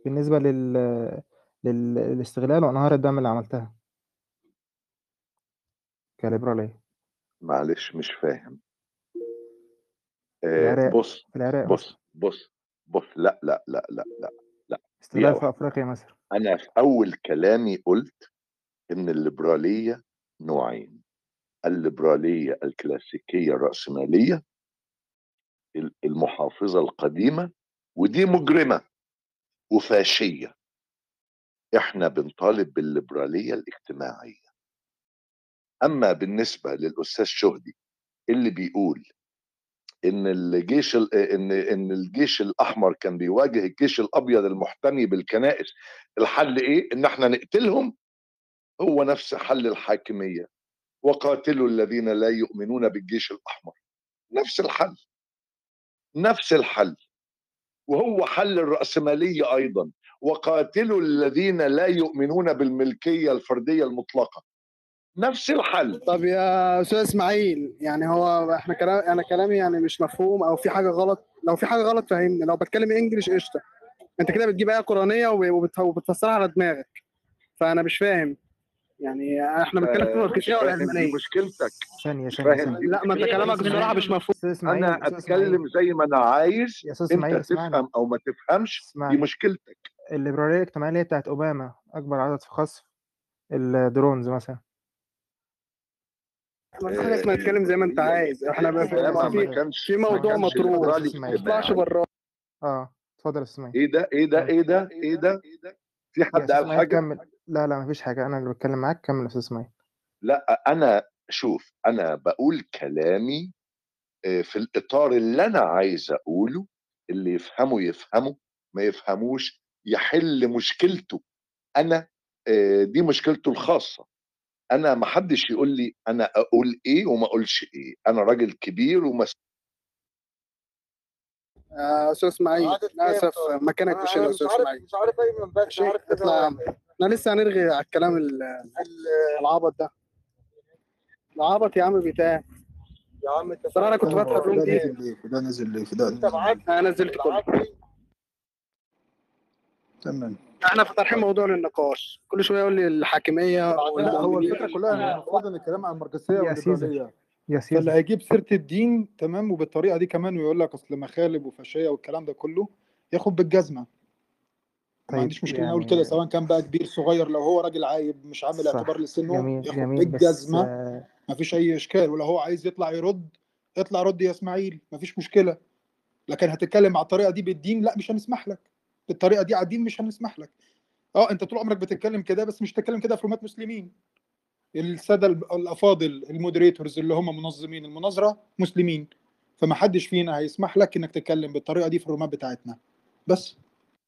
بالنسبة لل... لل... للاستغلال وأنهار الدم اللي عملتها كليبرالية معلش مش فاهم. في آه العراق بص في العراق مثلا بص بص بص لا لا لا لا لا لا دي استغلال في واحدة. أفريقيا مثلا. أنا في أول كلامي قلت إن الليبرالية نوعين: الليبرالية الكلاسيكية الرأسمالية المحافظة القديمة، ودي مجرمة وفاشية. احنا بنطالب بالليبرالية الاجتماعية. اما بالنسبة للأستاذ شهدي اللي بيقول ان الجيش ال- ان ان الجيش الاحمر كان بيواجه الجيش الابيض المحتمي بالكنائس، الحل ايه؟ ان احنا نقتلهم. هو نفس حل الحاكمية: وقاتلوا الذين لا يؤمنون بالجيش الاحمر. نفس الحل، نفس الحل. وهو حل الرأسمالية أيضا: وقاتلوا الذين لا يؤمنون بالملكية الفردية المطلقة. نفس الحل. طب يا استاذ اسماعيل، يعني هو احنا كلام انا كلامي يعني مش مفهوم او في حاجه غلط؟ لو في حاجه غلط فهمني. لو بتكلم انجليش قشطه، انت كده بتجيب ايه قرانيه وبت- وبتفسرها على دماغك، فانا مش فاهم. يعني احنا بنتكلم في مش الماركسيه فاهم، دي والعلمانيه. مشكلتك. ثانية مش ثانية فاهم، ثانية دي لا، ما انت مشكلتك. كلامك الصراحه مش مفهوم. أستاذ إسماعيل أنا أستاذ إسماعيل أتكلم زي ما أنا عايز، يا أستاذ أنت إسماعيل اسمعني تفهم أو ما تفهمش، دي اسمعني مشكلتك. الليبرالية الاجتماعية اللي هي بتاعت أوباما أكبر عدد في خصف الدرونز مثلا. ما فيش حاجه اسمها تتكلم زي ما انت عايز. احنا بقى في أوباما ما في, كانش في ما موضوع كانش مطروح، ثواني ليبرالي ما تطلعش اجتماعي. براه. اه اتفضل يا أستاذ إسماعيل. إيه ده؟ إيه ده؟ كمل إيه ده؟ إيه ده؟ في يا حد أستاذ قال إسماعيل حاجة؟ كمل. لا لا مفيش حاجة، أنا اللي بتكلم معاك. كمل يا أستاذ إسماعيل. لا، أنا شوف، أنا بقول كلامي في الإطار اللي أنا عايز أقوله. اللي يفهمه يفهمه، ما يفهموش يحل مشكلته. أنا دي مشكلته الخاصة. أنا ما حدش يقول لي أنا أقول إيه وما أقولش إيه. أنا راجل كبير ومسؤول. يا استاذ اسماعيل للاسف مكانك مش هنا يا استاذ اسماعيل. مش عارف ايمن بس مش عارف اطلع يا عم. احنا لسه هنرغي على الكلام ال- العبط ده. العبط يا عم بتاع يا عم انت. ترى انا كنت هو فاتح الروم فداء دي. نزل ليه؟ فداء نزل ليه؟ فداء انت نزل معاك؟ ليه؟ انا نزلت كله. تمام. احنا فاتحين موضوع للنقاش، كل شويه يقول لي الحاكميه لا، هو والمؤمنين. الفكره كلها ان المفروض ان الكلام عن الماركسيه يا سيزر والليبراليه، يا فاللي سيزر هيجيب سيره الدين تمام وبالطريقه دي كمان ويقول لك اصل مخالب وفاشيه والكلام ده كله ياخد بالجزمه. ما طيب عنديش مشكله إن اقول يعني كده، سواء كان بقى كبير صغير، لو هو راجل عايب مش عامل اعتبار صح. لسنه جميل ياخد جميل بس بالجزمه. آه، ما فيش اي اشكال. ولو هو عايز يطلع يرد، اطلع رد يا اسماعيل، ما فيش مشكله. لكن هتتكلم على الطريقه دي بالدين، لا مش هنسمح لك. بالطريقه دي على الدين مش هنسمح لك. اه انت طول عمرك بتتكلم كده، بس مش تتكلم كده في رومات مسلمين. الساده الافاضل المودريتورز اللي هم منظمين المناظره مسلمين، فما حدش فينا هيسمح لك انك تتكلم بالطريقه دي في الرومات بتاعتنا. بس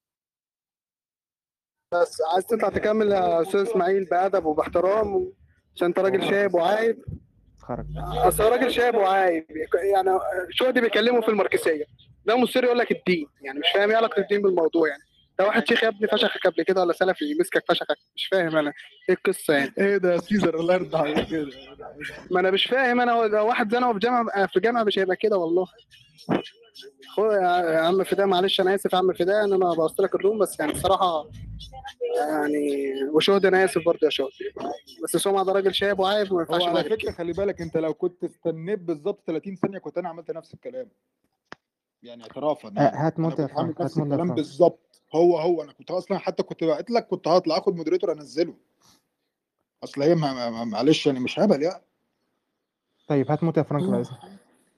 بس عايز تطلع تكمل يا استاذ اسماعيل بادب وباحترام، عشان انت راجل هو شايب وعايب. خرج. اصل هو راجل شايب وعايب، يعني شو دي بيكلمه في الماركسيه، ده مصر يقول لك الدين. يعني مش فاهم ايه علاقه الدين بالموضوع. يعني ده واحد شيخ يا ابني فشخك قبل كده ولا سلفي مسكك فشخك؟ مش فاهم انا ايه القصه يعني. ايه ده يا سيزر؟ الله يرضى عليك كده. ما انا مش فاهم. انا لو واحد زنقه في جامعه في جامعه مش هيبقى كده والله. خد يا عم فداء، معلش انا اسف يا عم فداء ان انا بوظت لك الروم، بس يعني الصراحه يعني. وشهد انا اسف برضه يا شهد، بس سمعة ده راجل شايب وعايب وما ينفعش هو على يبقى فكره كده. خلي بالك، انت لو كنت استنيت بالظبط ثلاثين ثانيه كنت انا عملت نفس الكلام، يعني اعترافا. آه، يعني هات انا مونت يا كنت عامل فرانك هات نفس مونت يا الكلام فرانك. بالظبط. هو هو انا كنت اصلا حتى كنت بعت لك، كنت هطلع اخد مودريتور انزله. اصل هي ما- ما- ما- معلش يعني مش هبل يعني. طيب هات مونت يا فرانك بعد إذنك.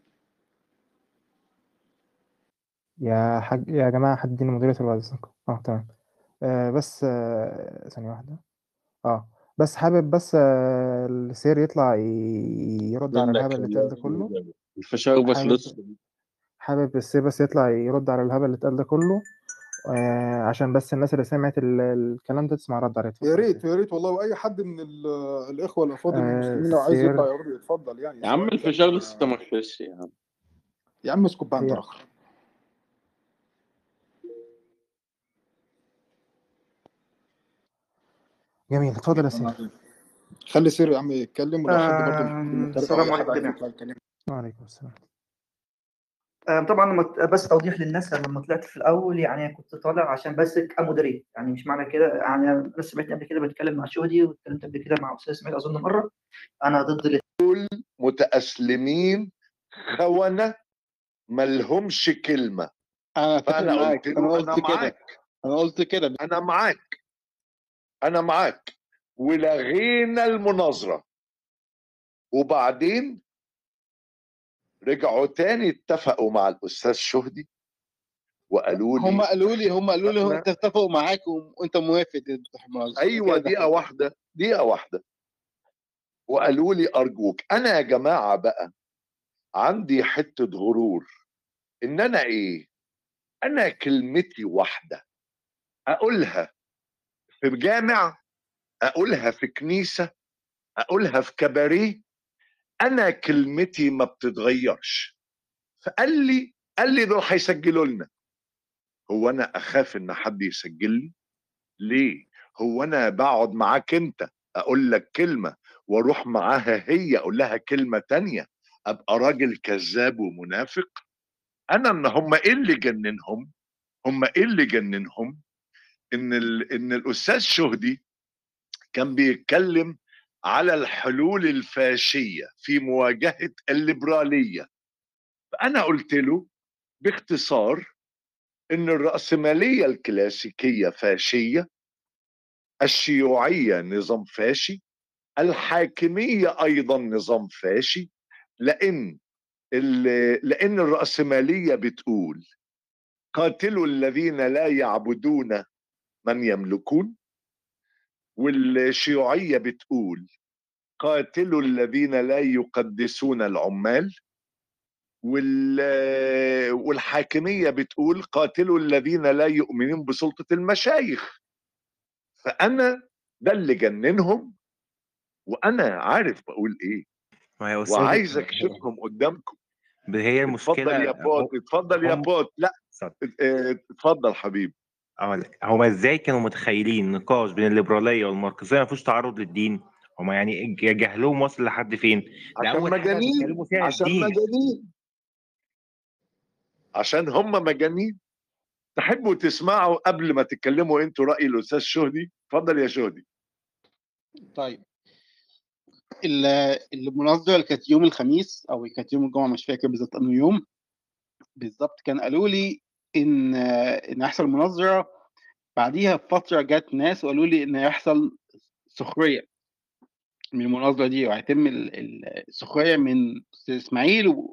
يا حاج يا جماعة حد يديني مودريتور بعد إذنكم. اه تمام. آه بس آه ثانية واحدة. اه بس حابب بس آه السير يطلع ي- يرد على منك الهبل اللي اتقال ده كله. الفشاء حابب بفلوس. حابب السير بس يطلع يرد على الهبل اللي اتقال ده كله، آه عشان بس الناس اللي سمعت ال- الكلام ده تسمع رد عليه. يا اتفضل يا ريت سير. يا ريت والله. واي حد من ال- الاخوه الافاضل آه المسلمين لو عايز يطلع السير يرد يتفضل يعني. يا عم سواء كان الفشاء لسه ما خفش يا عم. يا عم اسكت بقى انت هي اخر. جميل. اتفضل يا سير. خلي سير يا عم يتكلم، ولو حد برضه آم، معترض او السلام اي حد عليكم عايز جميعا. يطلع يتكلم. وعليكم السلام. آه، طبعا لما ت- بس توضيح للناس، أنا لما طلعت في الاول يعني كنت طالع عشان بس كمديريه، يعني مش معنى كده يعني أنا بس سمعتني قبل كده بتكلم مع شهدي، واتكلمت قبل كده مع استاذ اسماعيل اظن مره. انا ضد ال- متأسلمين خونة ملهمش كلمة. انا اتفق فأنا قلت معاك، انا له أنا قلت كده معاك، انا قلت كده أنا معاك، أنا معاك، ولغينا المناظرة. وبعدين رجعوا تاني اتفقوا مع الأستاذ شهدي وقالوا هم لي قالوا لي هم قالوا لي اتفقنا. اتفقوا معاك و- وانت موافق تفتح مناظره أيوة، كده. دقيقة واحدة دقيقة واحدة. وقالوا لي أرجوك، أنا يا جماعة بقى عندي حتة غرور إن أنا إيه، أنا كلمتي واحدة أقولها في جامع، أقولها في كنيسة، أقولها في كباريه، أنا كلمتي ما بتتغيرش. فقال لي قال لي دول هيسجلوا لنا. هو أنا أخاف إن حد يسجل لي؟ ليه؟ هو أنا بقعد معاك أنت أقول لك كلمة وأروح معاها هي أقول لها كلمة تانية أبقى راجل كذاب ومنافق؟ أنا إن هم إيه اللي جننهم؟ هم إيه اللي جننهم؟ إن ال... إن الأستاذ شهدي كان بيتكلم على الحلول الفاشية في مواجهة الليبرالية. فأنا قلت له باختصار إن الرأسمالية الكلاسيكية فاشية، الشيوعية نظام فاشي، الحاكمية أيضا نظام فاشي. لأن لأن الرأسمالية بتقول قاتلوا الذين لا يعبدون من يملكون، والشيوعية بتقول قاتلوا الذين لا يقدسون العمال، وال والحاكمية بتقول قاتلوا الذين لا يؤمنون بسلطة المشايخ. فأنا ده اللي جننهم، وأنا عارف بقول إيه، ما يا استاذ وعايز أكشفهم قدامكم. هي اتفضل يا المشكله بوت، هو اتفضل يا هم بوت. لا اتفضل. اه، اتفضل حبيبي. اقول لك هما ازاي كانوا متخيلين نقاش بين الليبراليه والماركسيه ما فيهوش تعرض للدين؟ هما يعني ج- جهلهم واصل لحد فين؟ ده عشان اول حاجه مجانين، بيتكلموا فيها عشان الدين. مجانين، عشان هم مجانين. تحبوا تسمعوا قبل ما تتكلموا انتوا رأي الأستاذ شهدي؟ اتفضل يا شهدي. طيب، ال- المناظره اللي كانت يوم الخميس او كانت يوم الجمعه، مش فاكر بالظبط انه يوم بالظبط، كان قالوا لي ان ان هيحصل مناظره. بعديها بفتره جت ناس وقالوا لي ان هيحصل سخريه من المناظره دي، وهيتم ال- ال- السخريه من استاذ اسماعيل و...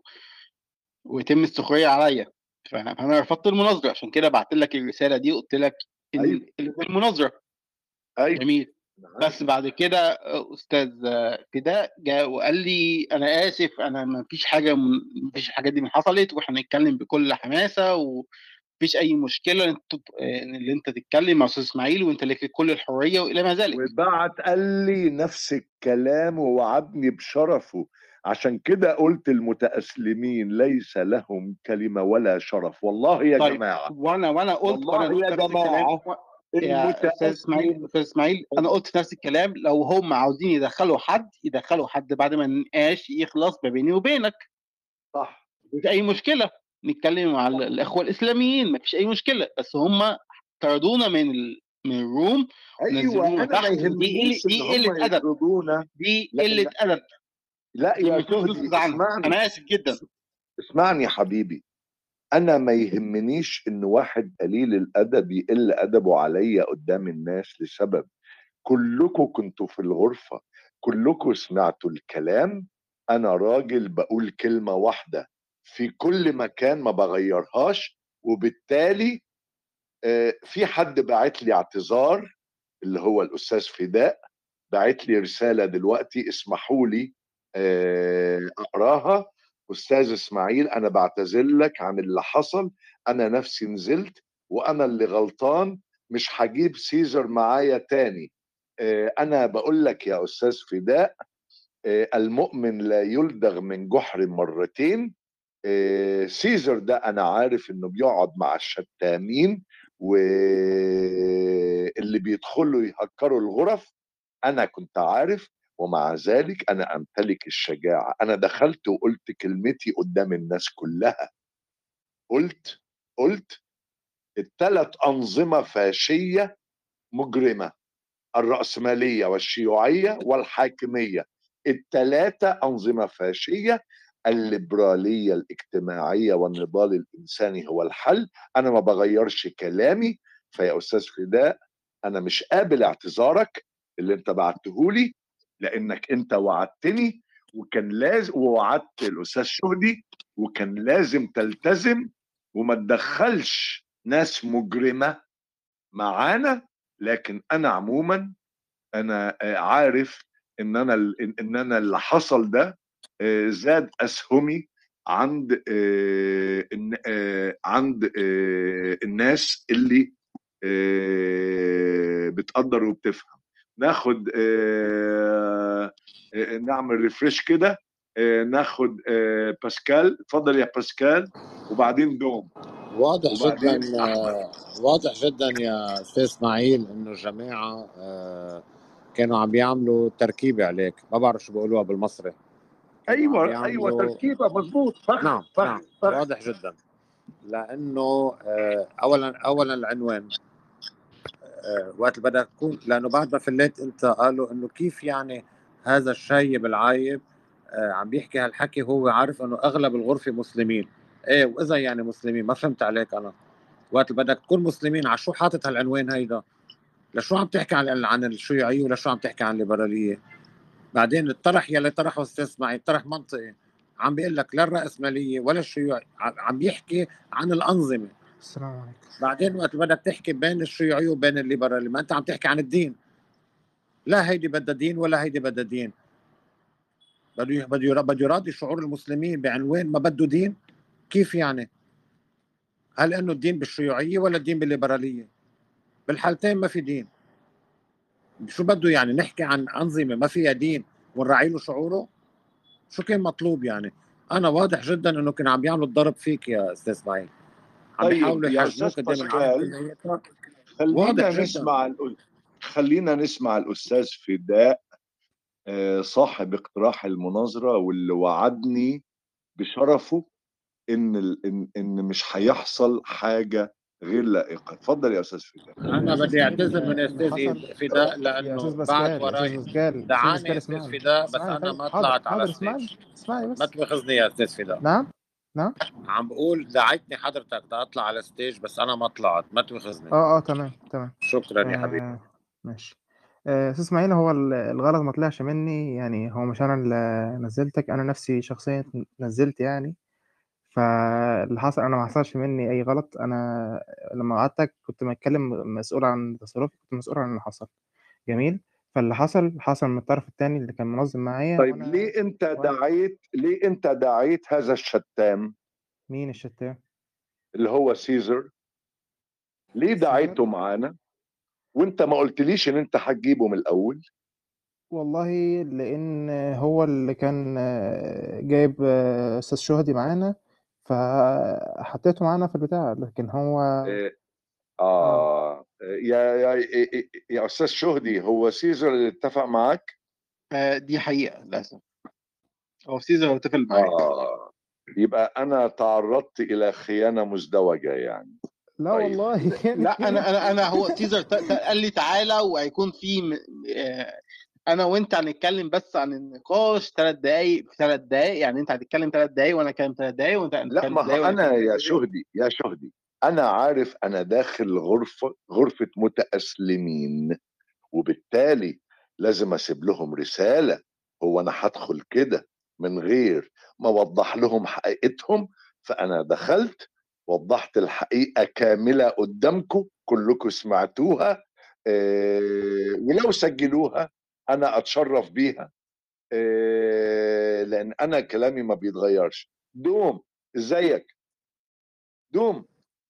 ويتم السخريه عليا. ف- فانا رفضت المناظره، عشان كده بعت لك الرساله دي، قلت لك ايوه ان المناظره ايوه جميل. بس بعد كده استاذ فداء جاء وقال لي انا اسف، انا ما فيش حاجه، ما فيش الحاجات دي من حصلت، واحنا هنتكلم بكل حماسه ومفيش اي مشكله ان انت ان اللي انت تتكلم مع استاذ اسماعيل، وانت لك كل الحريه والى ما ذلك. وبعت قال لي نفس الكلام ووعدني بشرفه. عشان كده قلت المتأسلمين ليس لهم كلمة ولا شرف. والله يا طيب، جماعة، وانا وانا قلت وانا والله قلت يا نفس الكلام. جماعة و- يا استاذ اسماعيل، المتأسلم. استاذ اسماعيل، انا قلت نفس الكلام. لو هم عاوزين يدخلوا حد يدخلوا حد بعد ما النقاش يخلص ما بيني وبينك، صح، مفيش اي مشكله. نتكلم مع ال- الاخوه الاسلاميين، مفيش اي مشكله. بس هم طردونا من ال... من الروم ايوه. ونزلونا انا ما تحت، ودي قله يهمنيش ان دي قله هم ادب، يطردونا. دي لا قله لا, ادب. لا دي يا مفيش شهدي، نسكت عنها. اسمعني، انا اسف جدا. اسمعني يا حبيبي. انا ما يهمنيش ان واحد قليل الادب يقل ادبه عليا قدام الناس، لسبب كلكم كنتوا في الغرفة، كلكم سمعتوا الكلام. انا راجل بقول كلمة واحدة في كل مكان ما بغيرهاش. وبالتالي آه، في حد باعت لي اعتذار اللي هو الاستاذ فداء، باعت لي رسالة دلوقتي، اسمحوا لي آه، اقراها. استاذ اسماعيل، انا بعتذر لك عن اللي حصل، انا نفسي نزلت وانا اللي غلطان، مش هجيب سيزر معايا تاني. آه، انا بقول لك يا استاذ فداء، آه، المؤمن لا يلدغ من جحر مرتين. آه، سيزر ده انا عارف انه بيقعد مع الشتامين واللي بيدخلوا يهكروا الغرف. انا كنت عارف، ومع ذلك انا امتلك الشجاعة. انا دخلت وقلت كلمتي قدام الناس كلها. قلت قلت الثلاث أنظمة فاشية مجرمة: الرأسمالية والشيوعية والحاكمية. الثلاثة أنظمة فاشية. الليبرالية الاجتماعية والنضال الإنساني هو الحل. أنا ما بغيرش كلامي. فيا أستاذ فداء، أنا مش قابل اعتذارك اللي أنت بعتهولي، لأنك أنت وعدتني وكان لازم، ووعدت الأستاذ شهدي، وكان لازم تلتزم وما تدخلش ناس مجرمة معانا. لكن أنا عموما أنا عارف إن أنا إن أنا اللي حصل ده زاد أسهمي عند عند الناس اللي بتقدر وبتفهم. ناخد نعمل ريفريش كده، ناخد باسكال. اتفضل يا باسكال، وبعدين دوم. واضح جدا وبعدين آه، واضح جدا يا استاذ اسماعيل انه الجماعه آه، كانوا عم بيعملوا تركيبه عليك، ما بعرف شو بيقولوها بالمصري. كانوا عم ايوه ايوه بيعملوا تركيبه مظبوط. فخ نعم فخ نعم فخ واضح جدا. لانه آه، اولا اولا العنوان آه، وقت اللي بدك تكون، لانه بعد ما فليت انت قالوا انه كيف يعني هذا الشايب العايب آه، عم بيحكي هالحكي، هو عارف انه اغلب الغرفه مسلمين. ايه واذا يعني مسلمين؟ ما فهمت عليك انا. وقت اللي بدك تكون مسلمين، على شو حاطط هالعنوان هيدا؟ لشو عم تحكي عن عن الشيوعيه ولشو عم تحكي عن الليبراليه؟ بعدين الطرح يلي طرحه استاذ اسماعيل طرح منطقي، عم بيقول لك لا الرأسمالية ولا الشيوعية، عم بيحكي عن الأنظمة. السلام عليكم. بعدين وقت بدك تحكي بين الشيوعية وبين الليبرالية، ما أنت عم تحكي عن الدين. لا هيدي بدها دين ولا هيدي بدها دين. بده بده بده يراضي شعور المسلمين بعنوان ما بده دين. كيف يعني؟ هل انه الدين بالشيوعية ولا الدين بالليبرالية؟ بالحالتين ما في دين. شو بده يعني؟ نحكي عن أنظمة ما فيها دين ونراعي له شعوره؟ شو كان مطلوب يعني؟ انا واضح جدا انه كانوا عم بيعملوا الضرب فيك يا استاذ اسماعيل، عم طيب بيحاولوا يا استاذ يحجموك قدام العالم باسكال، كلياتها. خلينا واضح جدا. نسمع الأ- خلينا نسمع الاستاذ فداء آه، صاحب اقتراح المناظره، واللي وعدني بشرفه ان ال- ان ان مش هيحصل حاجه غير لائقه. اتفضل يا استاذ فداء. انا أستاذ بدي إسماعيل، اعتذر من اللي استاذ حصل فداء يا لانه أستاذ بعد باسكال، يا وراي أستاذ باسكال، أستاذ دعاني باسكال استاذ اسمعني فداء، بس اسمعني. انا طيب ما حاضر طلعت على حاضر اسمعني ستيج. اسمعني ما بس. تواخذني يا استاذ فداء. نعم نعم. عم بقول دعيتني حضرتك اطلع على ستيج، بس انا ما طلعت، ما تواخذني. اه اه تمام تمام. شكرا يا حبيبي. آه ماشي. آه، أستاذ إسماعيل، هو ال- الغلط ما طلعش مني، يعني هو مش أنا اللي نزلتك، أنا نفسي شخصيا نزلت يعني. فاللي حصل أنا ما حصلش مني أي غلط. أنا لما وعدتك كنت بتكلم مسؤول عن تصرفي، كنت مسؤول عن اللي حصل. جميل. فاللي حصل حصل من الطرف التاني اللي كان منظم معايا. طيب وأنا ليه انت وأنا دعيت ليه انت دعيت هذا الشتام مين الشتام؟ اللي هو سيزر؟ ليه سيزر؟ دعيته معانا وانت ما قلتليش ان انت هتجيبه من الاول؟ والله لأن هو اللي كان آه، جايب آه، أستاذ شهدي معانا، فحطيته معانا في البتاع، لكن هو اه, اه آه. يا يا يا استاذ شهدي، هو سيزر اللي اتفق معاك؟ آه، دي حقيقه للاسف. هو سيزر هو اتفق معايا. اه، يبقى انا تعرضت الى خيانة مزدوجة يعني. لا طيب والله كانت لا انا كده. انا انا هو سيزر ت- ت- قال لي تعالى وهيكون في م- آه، انا وانت هنتكلم بس عن النقاش ثلاث دقائق في ثلاث دقائق، يعني انت هتتكلم ثلاث دقائق وانا اتكلم ثلاث دقائق وانت لا، هتتكلم ما ثلاث هو دقائق وانا انا اتكلم يا ثلاث دقائق. شهدي يا شهدي انا عارف انا داخل غرفة غرفة متأسلمين، وبالتالي لازم اسيب لهم رسالة. هو انا هدخل كده من غير ما اوضح لهم حقيقتهم؟ فانا دخلت وضحت الحقيقة كاملة قدامكم، كلكم سمعتوها. إيه، ولو سجلوها انا اتشرف بيها. إيه، لان انا كلامي ما بيتغيرش. دوم، ازيك؟ دوم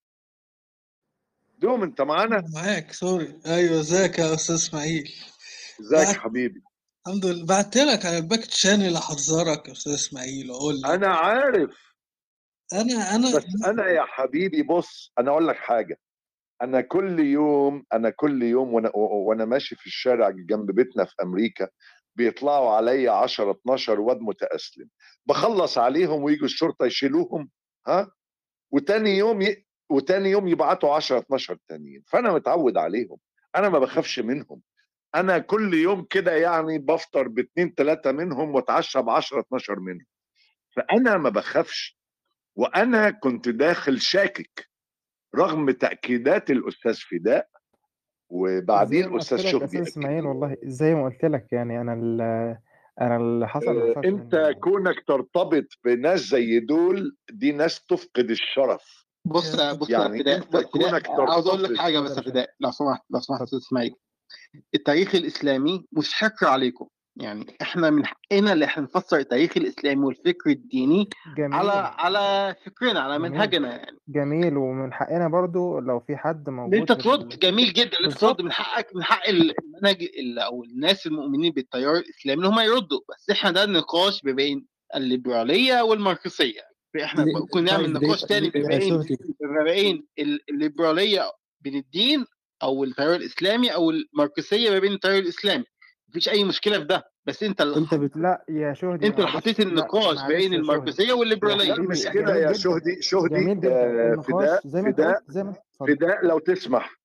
دوم انت معانا؟ معاك سوري. ايوه ازيك يا استاذ اسماعيل؟ ازيك بعت حبيبي؟ الحمد لله. بعت لك على الباك تشانل احذرك يا استاذ اسماعيل واقول لك انا عارف، انا انا بس انا يا حبيبي بص، انا اقول لك حاجه. انا كل يوم انا كل يوم وانا وانا ماشي في الشارع جنب بيتنا في امريكا، بيطلعوا عليا عشرة اتناشر واد متأسلم، بخلص عليهم ويجوا الشرطه يشيلوهم. ها، وتاني يوم ي... وتاني يوم يبعتوا عشرة اتناشر تانيين. فانا متعود عليهم، انا ما بخافش منهم. انا كل يوم كده يعني بفطر باثنين ثلاثه منهم واتعشى ب عشرة اتناشر منهم، فانا ما بخافش. وانا كنت داخل شاكك رغم تاكيدات الاستاذ فداء زي وبعدين ما استاذ قلت لك يا شهدي استاذ اكد اسماعيل، لي. والله زي ما قلت لك يعني انا ال- انا اللي حصل ما آه، بخافش منه انت يعني. كونك ترتبط بناس زي دول، دي ناس تفقد الشرف. بص بص يا يعني فداء، انت بص فداء كونك عاوز اقول لك ترتبط. حاجه بس اتفضل يا يا شيخ، فداء، لو سمحت لو سمحت اتفضل. استاذ اسماعيل. التاريخ الاسلامي مش حكر عليكم، يعني احنا من حقنا اللي احنا نفسر التاريخ الاسلامي والفكر الديني على جميل على فكرنا، على جميل منهجنا يعني. جميل، ومن حقنا برضو لو في حد ان موجود انت في ترد ال... جميل جدا، ان انت ترد، بالظبط. من حقك، من حق المنهج ال- او الناس المؤمنين بالتيار الاسلامي ان هم يردوا. بس احنا ده النقاش ما بين الليبراليه والماركسيه. احنا ليه؟ ممكن نعمل طيب ليه نقاش تاني ما يا بين شهدي؟ ما بين ال- الليبراليه بين الدين او التيار الاسلامي، او الماركسيه ما بين التيار الاسلامي. مفيش اي مشكله في ده، بس انت اللي انت بت... لا يا شهدي انت اللي معلش، حطيت لا النقاش معلش بين يا شهدي الماركسيه يا والليبراليه. لا حبيبي، مش كده جميل يا جدا شهدي. شهدي جميل جدا آه، النقاش فداء زي ما انت فداء قلت، زي ما اتفضل. فداء لو تسمح.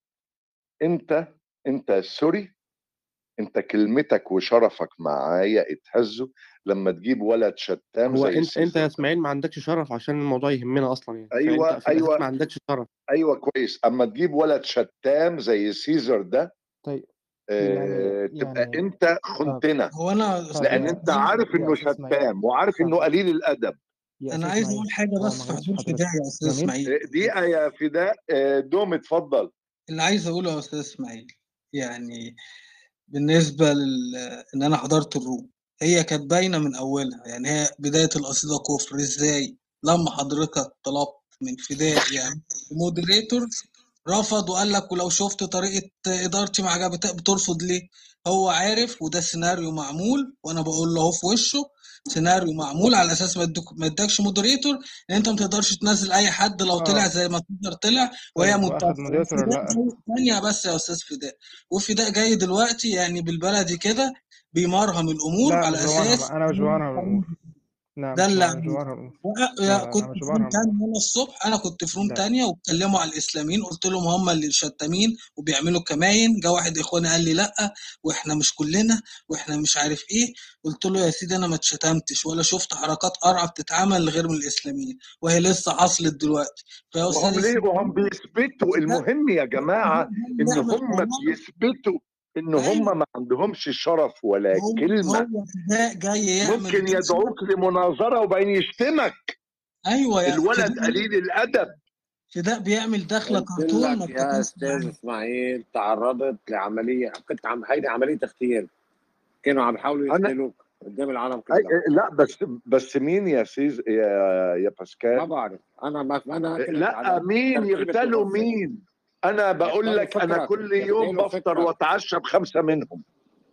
انت انت سوري، انت كلمتك وشرفك معايا اتهزوا لما تجيب ولد شتام هو زي انت انت سيزر يا ده. اسماعيل ما عندكش شرف عشان الموضوع يهمنا اصلا يعني، فانت ايوه في الاساس ايوه ما عندكش شرف. ايوه كويس. اما تجيب ولد شتام زي سيزر ده، طيب يعني آه، تبقى يعني انت طب خنتنا، هو انا طب لان يا انت استاذ عارف يا انه استاذ اسماعيل، شتام وعارف انه طب قليل الادب. يا انا استاذ عايز اسماعيل، اقول حاجه هو بس ما في غلطش حدود حضرتك. فداء يا استاذ جميل. اسماعيل. آه، دقيقه يا فداء، آه، دوم اتفضل. اللي عايز اقوله يا استاذ اسماعيل، يعني بالنسبه لل ان انا حضرت الروم، هي كانت باينه من اولها. يعني هي بدايه القصيده كفر ازاي لما حضرتك طلبت من فداء يعني مودريتور رفض وقال لك ولو شفت طريقه ادارتي ما عجبتك بترفض ليه؟ هو عارف وده سيناريو معمول، وانا بقول له اهو في وشه سيناريو معمول على اساس ما يدوك ما يدكش مودريتور، ان انت ما تقدرش تنزل اي حد لو طلع اه زي ما تقدر طلع، وهي طيب، واخد متفقه. مودريتور ولا وفداء لا؟ جاي ثانيه بس يا استاذ فداء، وفداء جاي دلوقتي يعني بالبلدي كده بيمرهم الامور لا على مش بمرهم، اساس انا مش إن هو بمرهم حرام. الامور. لا ده مش اللي مش عمله. بمرهم الامور. وأ- لا يا- لا كنت لا مش في روم بمرهم تاني الامور. هنا الصبح، انا كنت في روم لا تانية واتكلموا على الاسلاميين، قلت لهم هم اللي شتامين وبيعملوا كماين. جه واحد اخواني قال لي لا واحنا مش كلنا واحنا مش عارف ايه. قلت له يا سيدي انا ما اتشتمتش ولا شفت حركات قرعه بتتعمل غير من الاسلاميين، وهي لسه حصلت دلوقتي. فيا استاذ وهم ليه؟ وهم اسماعيل بيثبتوا. فداء المهم يا جماعه جاي ان يعمل هم حوار. بيثبتوا ان هم ايوه، ما عندهمش شرف ولا هو كلمه. هو فداء جاي يعمل ممكن دخله. يدعوك لمناظره وبعدين يشتمك. ايوه يا الولد فداء، قليل الادب. فداء بيعمل دخله قلت كرتون ما لك يا بتاكلش استاذ معاه. اسماعيل تعرضت لعمليه، كنت عم هيدي عمليه اغتيال، كانوا عم يحاولوا انا يقتلوك قدام العالم أي- كلها. لا بس بس مين يا سيز يا يا ما باسكال؟ بعرف انا، ما انا كنت لا على مين ترتيبة يغتالوا الغرفه. مين؟ انا بقول يختاروا لك انا فكرك، كل يوم يغتالوا بفطر فكرك. واتعشى بخمسه منهم،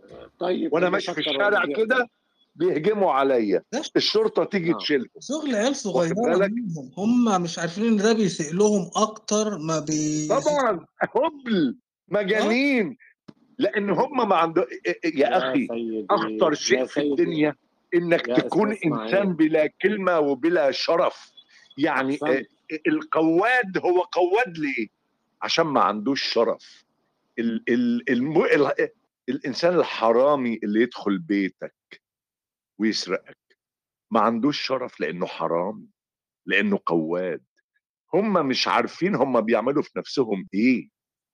طيب وانا اللي ماشي في فكروا الشارع بده كده يقتل. بيهجموا عليا، ده الشرطه تيجي نعم. تشيلهم. شغل عيال واخد صغيره بالك؟ منهم، هم مش عارفين ان ده بيسيء لهم اكتر ما بيزيد. طبعا هبل، اه مجانين. لان هم ما عنده يا يا اخي، سيدي اخطر شيء يا في سيدي الدنيا انك يا استاذ تكون اسماعيل، انسان بلا كلمه وبلا شرف. يعني احسنت. القواد هو قواد ليه؟ عشان ما عندوش شرف. ال ال الم... ال الانسان الحرامي اللي يدخل بيتك ويسرقك ما عندوش شرف لانه حرامي، لانه قواد. هم مش عارفين هم بيعملوا في نفسهم ايه.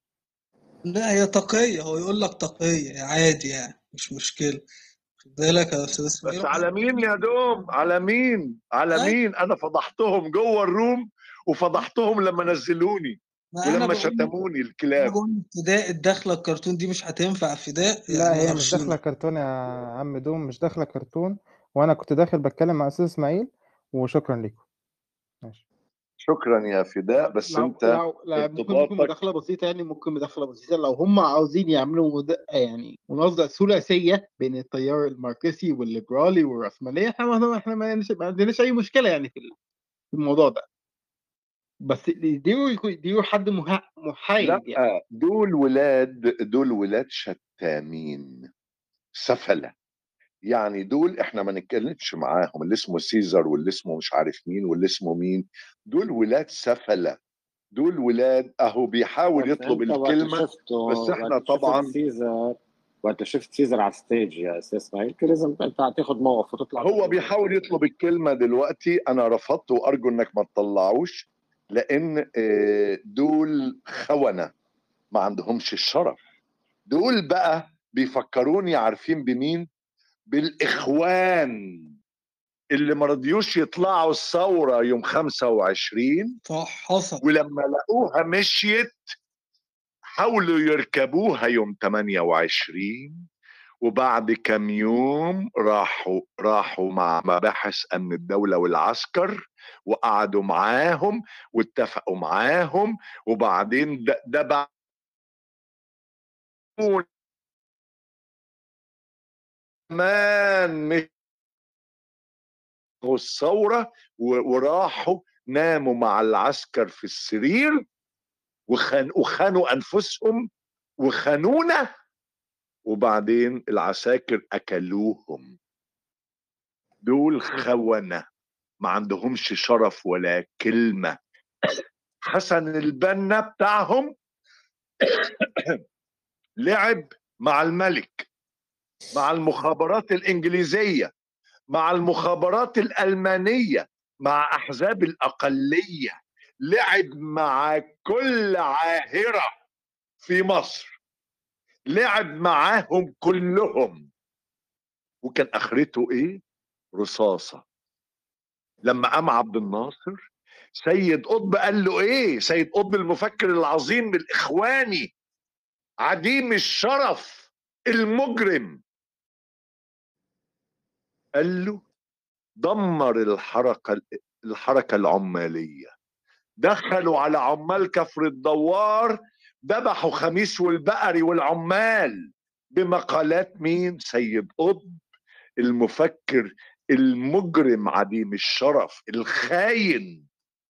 لا هي تقيه، هو يقول لك تقيه عادي يعني مش مشكله. خد بالك يا استاذ اسماعيل. بس على مين يا دوم؟ على مين؟ على أيوة، مين؟ انا فضحتهم جوه الروم وفضحتهم لما نزلوني ما انا ولما بقول شتموني انا الكلاب. بقول فداء الدخله الكرتون دي مش هتنفع فداء، لا يعني هي مش ارجوك. داخله كرتون يا عم دوم، مش داخله كرتون. وانا كنت داخل بتكلم مع استاذ اسماعيل، وشكرا لكم. ماشي. شكرا يا فداء. بس لو انت لو لا ممكن ممكن ارتباطك مداخله بسيطه، يعني ممكن مداخله بسيطه لو هم عاوزين يعملوا مد... يعني مناظره ثلاثيه بين التيار الماركسي والليبرالي والراسماليه، احنا ما احنا ما عندناش ما عندناش اي مشكله يعني في في الموضوع ده. بس يديروا يكون- يديروا حد مها- لا، محايد يعني. دول ولاد دول ولاد شتامين سفلة. يعني دول احنا ما نتكلمش معاهم، اللي اسمه سيزر واللي اسمه مش عارف مين واللي اسمه مين، دول ولاد سفلة، دول ولاد اهو بيحاول بس يطلب انت وقت الكلمة. شفته بس احنا وقت شفت طبعا سيزر وقت شفت سيزر على الستيج يا استاذ اسماعيل، كان لازم انت تاخذ موقف وتطلع هو تقول بيحاول يطلب الكلمة دلوقتي، انا رفضت وارجو انك ما تطلعوش، لان آه، دول خونة ما عندهمش الشرف. دول بقى بيفكروني عارفين بمين؟ بالاخوان اللي ما رضيوش يطلعوا الثورة يوم خمسة وعشرين، صح حصل. ولما لقوها مشيت حاولوا يركبوها يوم ثمانية وعشرين، وبعد كم يوم راحوا راحوا مع مباحث امن الدولة والعسكر وقعدوا معاهم واتفقوا معاهم، وبعدين ده, ده بعد كمان مش الثورة وراحوا ناموا مع العسكر في السرير وخان وخانوا أنفسهم وخانونا، وبعدين العساكر أكلوهم. دول خونة ما عندهمش شرف ولا كلمة. حسن البنا بتاعهم لعب مع الملك، مع المخابرات الإنجليزية، مع المخابرات الألمانية، مع أحزاب الأقلية، لعب مع كل عاهرة في مصر، لعب معاهم كلهم، وكان آخرته إيه؟ رصاصة. لما قام عبد الناصر سيد قطب قال له إيه؟ سيد قطب المفكر العظيم الإخواني عديم الشرف المجرم، قال له دمر الحركة الحركة العمالية، دخلوا على عمال كفر الدوار، ذبحوا خميس والبقري والعمال بمقالات مين؟ سيد قطب المفكر المجرم عديم الشرف الخاين.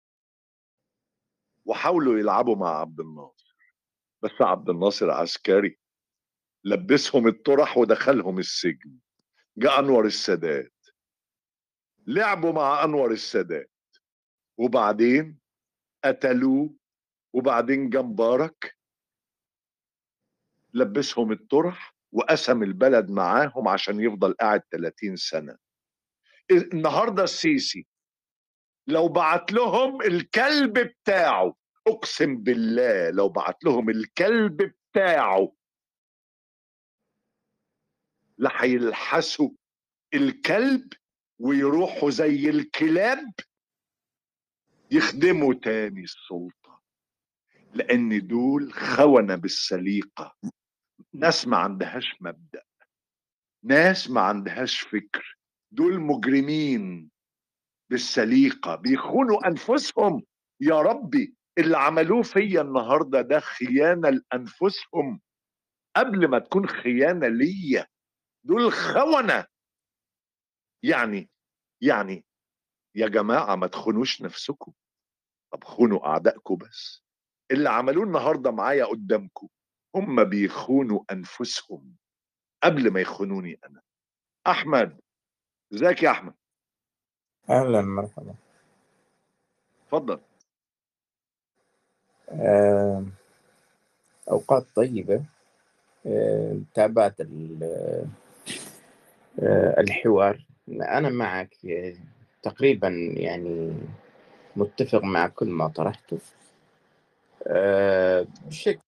وحاولوا يلعبوا مع عبد الناصر، بس عبد الناصر عسكري لبسهم الطرح ودخلهم السجن. جاء أنور السادات، لعبوا مع أنور السادات، وبعدين قتلوه، وبعدين جه مبارك لبسهم الطرح وقسم البلد معاهم عشان يفضل قاعد ثلاثين سنة. النهاردة السيسي لو بعت لهم الكلب بتاعه، اقسم بالله لو بعت لهم الكلب بتاعه لحيلحسوا الكلب ويروحوا زي الكلاب يخدموا تاني السلطة، لان دول خونة بالسليقة، ناس ما عندهاش مبدأ، ناس ما عندهاش فكر، دول مجرمين بالسليقة بيخونوا أنفسهم. يا ربي اللي عملوه فيا النهاردة ده خيانة لأنفسهم قبل ما تكون خيانة ليا. دول خونة. يعني يعني يا جماعة ما تخونوش نفسكم، طب خونوا أعدائكم بس. اللي عملوه النهاردة معايا قدامكم هم بيخونوا أنفسهم قبل ما يخونوني أنا. أحمد، ازيك يا أحمد؟ أهلا مرحبا. اتفضل. آه، أوقات طيبة. آه، تابعت ال- آه، الحوار. أنا معك آه، تقريبا، يعني متفق مع كل ما طرحته. آه، بشكل